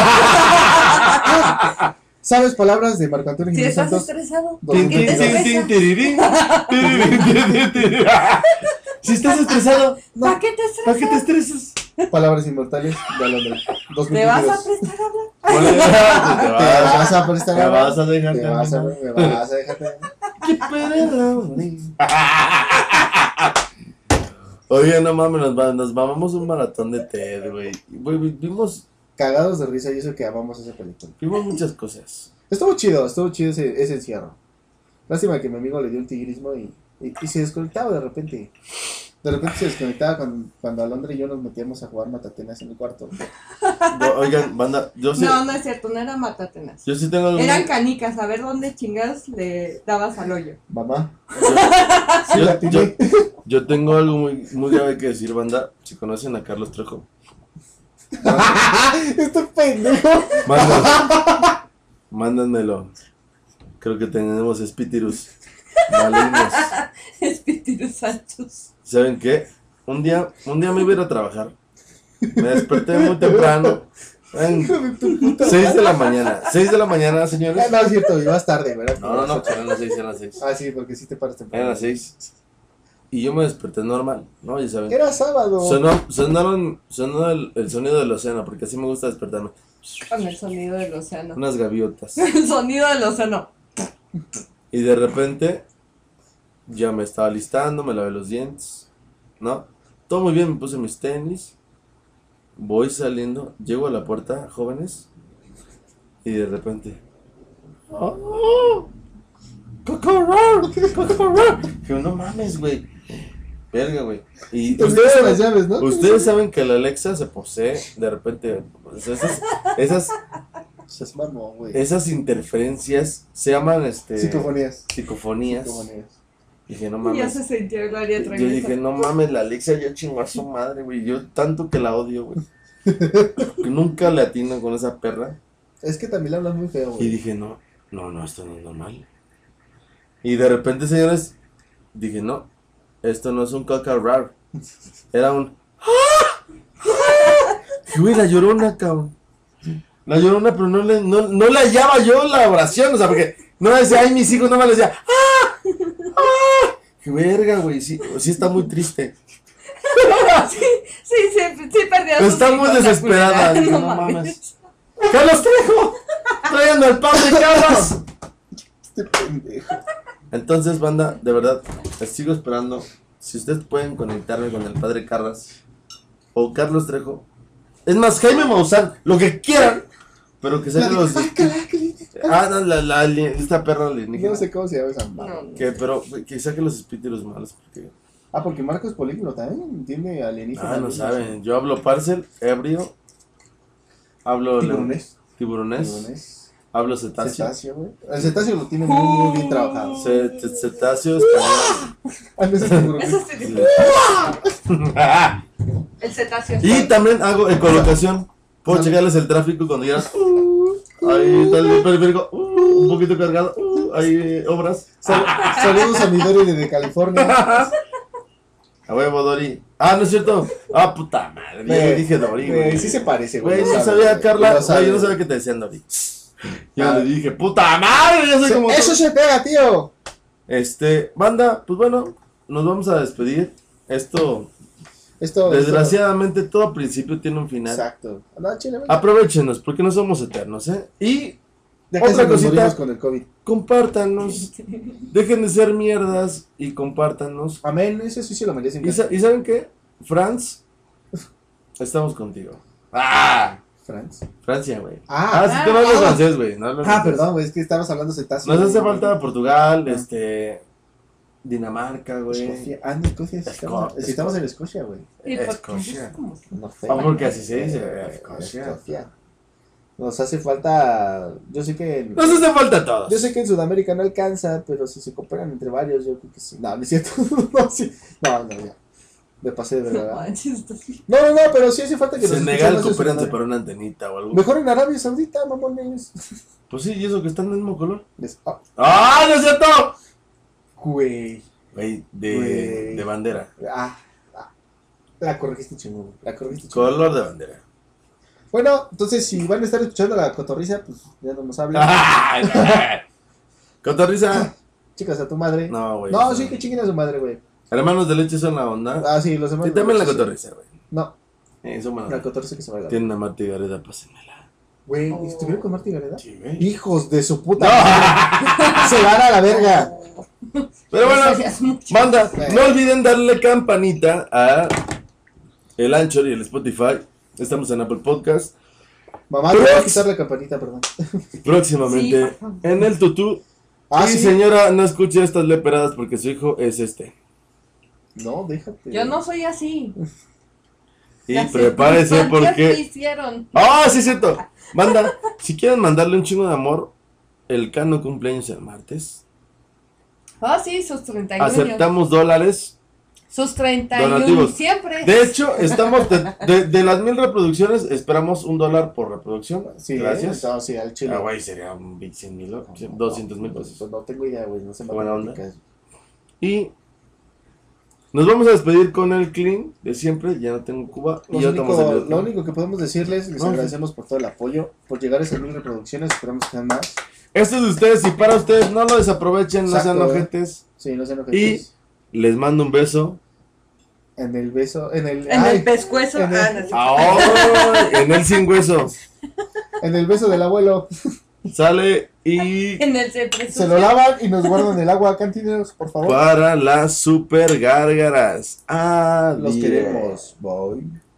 [SPEAKER 1] ¿Sabes palabras de Marco Antonio
[SPEAKER 3] Si
[SPEAKER 1] Jiménez
[SPEAKER 3] estás
[SPEAKER 1] Santos?
[SPEAKER 3] estresado,
[SPEAKER 2] Tin, tin,
[SPEAKER 3] ¿qué te
[SPEAKER 2] tin,
[SPEAKER 3] estresa?
[SPEAKER 2] tin, tirirín. Tirirín, tirirín, tirirín. Si estás estresado,
[SPEAKER 3] ¿Para qué te
[SPEAKER 2] ¿para qué te
[SPEAKER 3] estresas?
[SPEAKER 2] estresas?
[SPEAKER 1] Palabras inmortales de Alondra.
[SPEAKER 3] ¿Te vas a
[SPEAKER 1] 2022.
[SPEAKER 3] prestar a hablar?
[SPEAKER 2] Ponle-
[SPEAKER 1] Te vas a prestar
[SPEAKER 2] Te
[SPEAKER 1] a
[SPEAKER 2] vas a dejar
[SPEAKER 1] Te vas a,
[SPEAKER 2] caminar.
[SPEAKER 1] me vas a dejar.
[SPEAKER 2] Qué pedo. Oye, no mames, nos mamamos un maratón de TED, güey. Güey,
[SPEAKER 1] Cagados de risa, y eso que amamos esa película.
[SPEAKER 2] vimos muchas cosas.
[SPEAKER 1] Estuvo chido ese encierro. Lástima que mi amigo le dio un tigrismo y se desconectaba de repente. De repente se desconectaba cuando Alondra y yo nos metíamos a jugar matatenas en el cuarto.
[SPEAKER 2] Oigan, banda, yo sí,
[SPEAKER 3] No, no es cierto, no era matatenas.
[SPEAKER 2] yo sí tengo algo
[SPEAKER 3] Eran
[SPEAKER 2] muy-
[SPEAKER 3] canicas, a ver dónde chingados le dabas al hoyo.
[SPEAKER 1] Mamá,
[SPEAKER 2] yo,
[SPEAKER 1] la atiné.
[SPEAKER 2] yo tengo algo muy, muy grave que decir, banda. Si conocen a Carlos Trejo,
[SPEAKER 1] Este pendejo.
[SPEAKER 2] mándenmelo. Creo que tenemos espíritus malignos.
[SPEAKER 3] Espíritus Santos.
[SPEAKER 2] ¿Saben qué? Un día me iba a ir a trabajar. Me desperté muy temprano. En
[SPEAKER 1] Hijo de tu puta
[SPEAKER 2] 6 de la mañana. 6 de la mañana, señores.
[SPEAKER 1] No, es cierto, ibas tarde, ¿verdad?
[SPEAKER 2] No, eran las 6, eran las 6.
[SPEAKER 1] Ah, sí, porque sí te paras temprano.
[SPEAKER 2] Eran las 6. Y yo me desperté normal, ¿no? Ya saben.
[SPEAKER 1] Era sábado.
[SPEAKER 2] Sonó el sonido del océano, porque así me gusta despertarme.
[SPEAKER 3] Con el sonido del océano.
[SPEAKER 2] unas gaviotas.
[SPEAKER 3] El sonido del océano.
[SPEAKER 2] Y de repente, ya me estaba listando, me lavé los dientes, ¿no? Todo muy bien, me puse mis tenis. Voy saliendo, llego a la puerta, jóvenes. Y de repente. ¡Oh! ¡Cocorro! ¡Cocorro! Que no mames, güey. Verga, güey. Y
[SPEAKER 1] Te olvidaste las
[SPEAKER 2] ustedes,
[SPEAKER 1] llaves, ¿no?
[SPEAKER 2] ustedes saben que la Alexa se posee de repente. Pues,
[SPEAKER 1] Se mamó, güey.
[SPEAKER 2] esas interferencias se llaman
[SPEAKER 1] Psicofonías.
[SPEAKER 2] psicofonías. Dije, no
[SPEAKER 3] Ya
[SPEAKER 2] mames.
[SPEAKER 3] se sintió Gloria
[SPEAKER 2] Yo
[SPEAKER 3] Trevi.
[SPEAKER 2] dije, no mames, la Alexa ya chingó a su madre, güey. Yo tanto que la odio, güey. Que nunca le atino con esa perra.
[SPEAKER 1] Es que también le hablas muy feo,
[SPEAKER 2] Y
[SPEAKER 1] güey.
[SPEAKER 2] dije, no, esto no es normal. Y de repente, señores, dije, no, esto no es un cacarrar. Era un... Güey, la llorona, cabrón. La llorona, pero no le hallaba yo la oración, o sea, porque no decía, ay, mis hijos, no me le decía, ¡ah! ¡Ah! ¡Qué verga, güey! Sí está muy triste.
[SPEAKER 3] Sí, perdí a sus
[SPEAKER 2] Está muy
[SPEAKER 3] hijos, la
[SPEAKER 2] desesperada.
[SPEAKER 3] culera.
[SPEAKER 2] Digo, no mames. ¡Carlos Trejo! ¡Traigan al padre Carlos!
[SPEAKER 1] Este pendejo.
[SPEAKER 2] Entonces, banda, de verdad, les sigo esperando. Si ustedes pueden conectarme con el padre Carras o Carlos Trejo, es más, Jaime Maussan, lo que quieran, pero que saquen los. No, esta perra alienígena.
[SPEAKER 1] No sé cómo se llama esa madre.
[SPEAKER 3] No.
[SPEAKER 2] Pero que saquen los espíritus malos, porque.
[SPEAKER 1] Porque Marcos Políglota, ¿eh? Entiende alienígena.
[SPEAKER 2] No saben. Yo hablo parcel, ebrio. Hablo
[SPEAKER 1] Tiburones.
[SPEAKER 2] tiburonés. Hablo cetáceo.
[SPEAKER 1] Cetáceo, güey. El cetáceo lo tiene muy bien trabajado.
[SPEAKER 2] Cetáceo español.
[SPEAKER 1] A veces tiburones.
[SPEAKER 3] Eso sí. El cetáceo.
[SPEAKER 2] Y también hago ecolocación. Puedo checarles el tráfico cuando llegas. Ahí está el periférico. Un poquito cargado. Hay obras.
[SPEAKER 1] Saludos a mi Dori de California.
[SPEAKER 2] A huevo, Dori. No es cierto. Puta madre. Ya le dije Dori, güey.
[SPEAKER 1] Sí se parece, güey.
[SPEAKER 2] Güey,
[SPEAKER 1] lo
[SPEAKER 2] no
[SPEAKER 1] sabe,
[SPEAKER 2] sabía,
[SPEAKER 1] güey,
[SPEAKER 2] Carla.
[SPEAKER 1] lo sabe.
[SPEAKER 2] Yo no sabía que te decían Dori. Yo le dije, puta madre. Yo soy como.
[SPEAKER 1] Eso se pega, tío.
[SPEAKER 2] Banda, pues bueno, nos vamos a despedir. Esto, desgraciadamente, todo principio tiene un final.
[SPEAKER 1] Exacto. No, chile, güey.
[SPEAKER 2] Aprovechenos, porque no somos eternos, ¿eh? Y
[SPEAKER 1] Ya casi
[SPEAKER 2] otra
[SPEAKER 1] nos
[SPEAKER 2] cosita.
[SPEAKER 1] morimos con el COVID.
[SPEAKER 2] compártanos. Dejen de ser mierdas y compártanos.
[SPEAKER 1] Amén, ese sí se lo merecen.
[SPEAKER 2] ¿Y saben qué? Franz, estamos contigo.
[SPEAKER 1] Franz.
[SPEAKER 2] Francia, güey.
[SPEAKER 1] Ah,
[SPEAKER 2] Si tú no hablas francés, güey. No hablas francés.
[SPEAKER 1] perdón, güey, es que estabas hablando cetáceo.
[SPEAKER 2] Nos hace falta Portugal, Dinamarca, güey.
[SPEAKER 1] Escocia. Escocia. Si estamos en Escocia, güey.
[SPEAKER 3] ¿Y por qué?
[SPEAKER 2] Escocia.
[SPEAKER 1] No sé.
[SPEAKER 2] Porque así se dice,
[SPEAKER 1] Escocia. Nos hace falta. Yo sé que.
[SPEAKER 2] Nos hace falta a todos.
[SPEAKER 1] Yo sé que en Sudamérica no alcanza, pero si se cooperan entre varios, yo creo que sí. No, no es cierto. No, sí. No, ya. Me pasé de
[SPEAKER 3] No
[SPEAKER 1] verdad.
[SPEAKER 3] manches, esto sí.
[SPEAKER 1] No, pero sí hace falta que nos
[SPEAKER 2] Senegal,
[SPEAKER 1] escuchen más en
[SPEAKER 2] coopérense
[SPEAKER 1] Sudamérica.
[SPEAKER 2] para una antenita o algo.
[SPEAKER 1] Mejor en Arabia Saudita, mamones.
[SPEAKER 2] Pues sí, y eso que están del mismo color.
[SPEAKER 1] Ah,
[SPEAKER 2] ¡No es cierto!
[SPEAKER 1] güey.
[SPEAKER 2] Güey,
[SPEAKER 1] Güey.
[SPEAKER 2] de bandera.
[SPEAKER 1] La corregiste chingón. La corregiste chingón.
[SPEAKER 2] Color de bandera.
[SPEAKER 1] Bueno, entonces si van a estar escuchando la cotorriza, pues ya no nos hablen.
[SPEAKER 2] Cotorriza.
[SPEAKER 1] Chicas a tu madre.
[SPEAKER 2] No, güey.
[SPEAKER 1] No, sí, que chinguen a su madre, güey.
[SPEAKER 2] Hermanos de leche son la onda.
[SPEAKER 1] Sí, los demás.
[SPEAKER 2] Y también la
[SPEAKER 1] sí.
[SPEAKER 2] cotorriza, güey.
[SPEAKER 1] No,
[SPEAKER 2] Son buenas.
[SPEAKER 1] la cotorriza que se vaya.
[SPEAKER 2] Tienen a Marta y Gareda, pásenmela.
[SPEAKER 1] Güey,
[SPEAKER 3] Oh.
[SPEAKER 1] ¿estuvieron con Marta y Gareda?
[SPEAKER 2] Sí, güey.
[SPEAKER 1] Hijos de su puta madre. Se van a la verga.
[SPEAKER 2] Pero bueno,
[SPEAKER 3] Eso ya es mucho.
[SPEAKER 2] banda, no olviden darle campanita a el Anchor y el Spotify. Estamos en Apple Podcast.
[SPEAKER 1] Mamá, te voy a quitar la campanita, perdón.
[SPEAKER 2] Próximamente
[SPEAKER 3] Sí, por favor.
[SPEAKER 2] en el tutú.
[SPEAKER 1] Sí.
[SPEAKER 2] Señora, no escuche estas leperadas porque su hijo es
[SPEAKER 1] No, déjate.
[SPEAKER 3] Yo no soy así.
[SPEAKER 2] Y
[SPEAKER 3] Ya sé,
[SPEAKER 2] prepárese
[SPEAKER 3] ¿por qué te
[SPEAKER 2] porque...
[SPEAKER 3] hicieron?
[SPEAKER 2] Sí, es cierto. Banda, si quieren mandarle un chingo de amor, el Cano cumpleaños el martes.
[SPEAKER 3] Sí, sus 31.
[SPEAKER 2] Aceptamos dólares.
[SPEAKER 3] Sus 31.
[SPEAKER 2] Donativos.
[SPEAKER 3] Siempre.
[SPEAKER 2] De hecho, estamos de las 1000 reproducciones, esperamos $1 por reproducción.
[SPEAKER 1] Sí,
[SPEAKER 2] Gracias.
[SPEAKER 1] No, sí, al chile.
[SPEAKER 2] Güey, sería un 100,000, 200,000 pesos.
[SPEAKER 1] Pues no tengo idea, güey. No sé
[SPEAKER 2] Buena onda.
[SPEAKER 1] matemáticas.
[SPEAKER 2] Y nos vamos a despedir con el clean de siempre. Ya no tengo Cuba. Y ya estamos en el
[SPEAKER 1] Lo único que podemos decirles, les
[SPEAKER 2] No,
[SPEAKER 1] agradecemos por todo el apoyo, por llegar a esas 1000 reproducciones, esperamos que sean más.
[SPEAKER 2] Esto es de ustedes y para ustedes. No lo desaprovechen, no sean
[SPEAKER 1] Exacto.
[SPEAKER 2] ojetes.
[SPEAKER 1] Sí, no sean ojetes.
[SPEAKER 2] Les mando un beso.
[SPEAKER 1] En el beso, en el...
[SPEAKER 3] En
[SPEAKER 1] ay,
[SPEAKER 3] el pescuezo.
[SPEAKER 1] en el-
[SPEAKER 3] No sé.
[SPEAKER 2] En el sin hueso.
[SPEAKER 1] En el beso del abuelo.
[SPEAKER 2] Sale y
[SPEAKER 3] En el
[SPEAKER 1] Se lo lavan y nos guardan el agua, cantineros, por favor.
[SPEAKER 2] para las super gárgaras. Adiós.
[SPEAKER 1] Los queremos. Bye.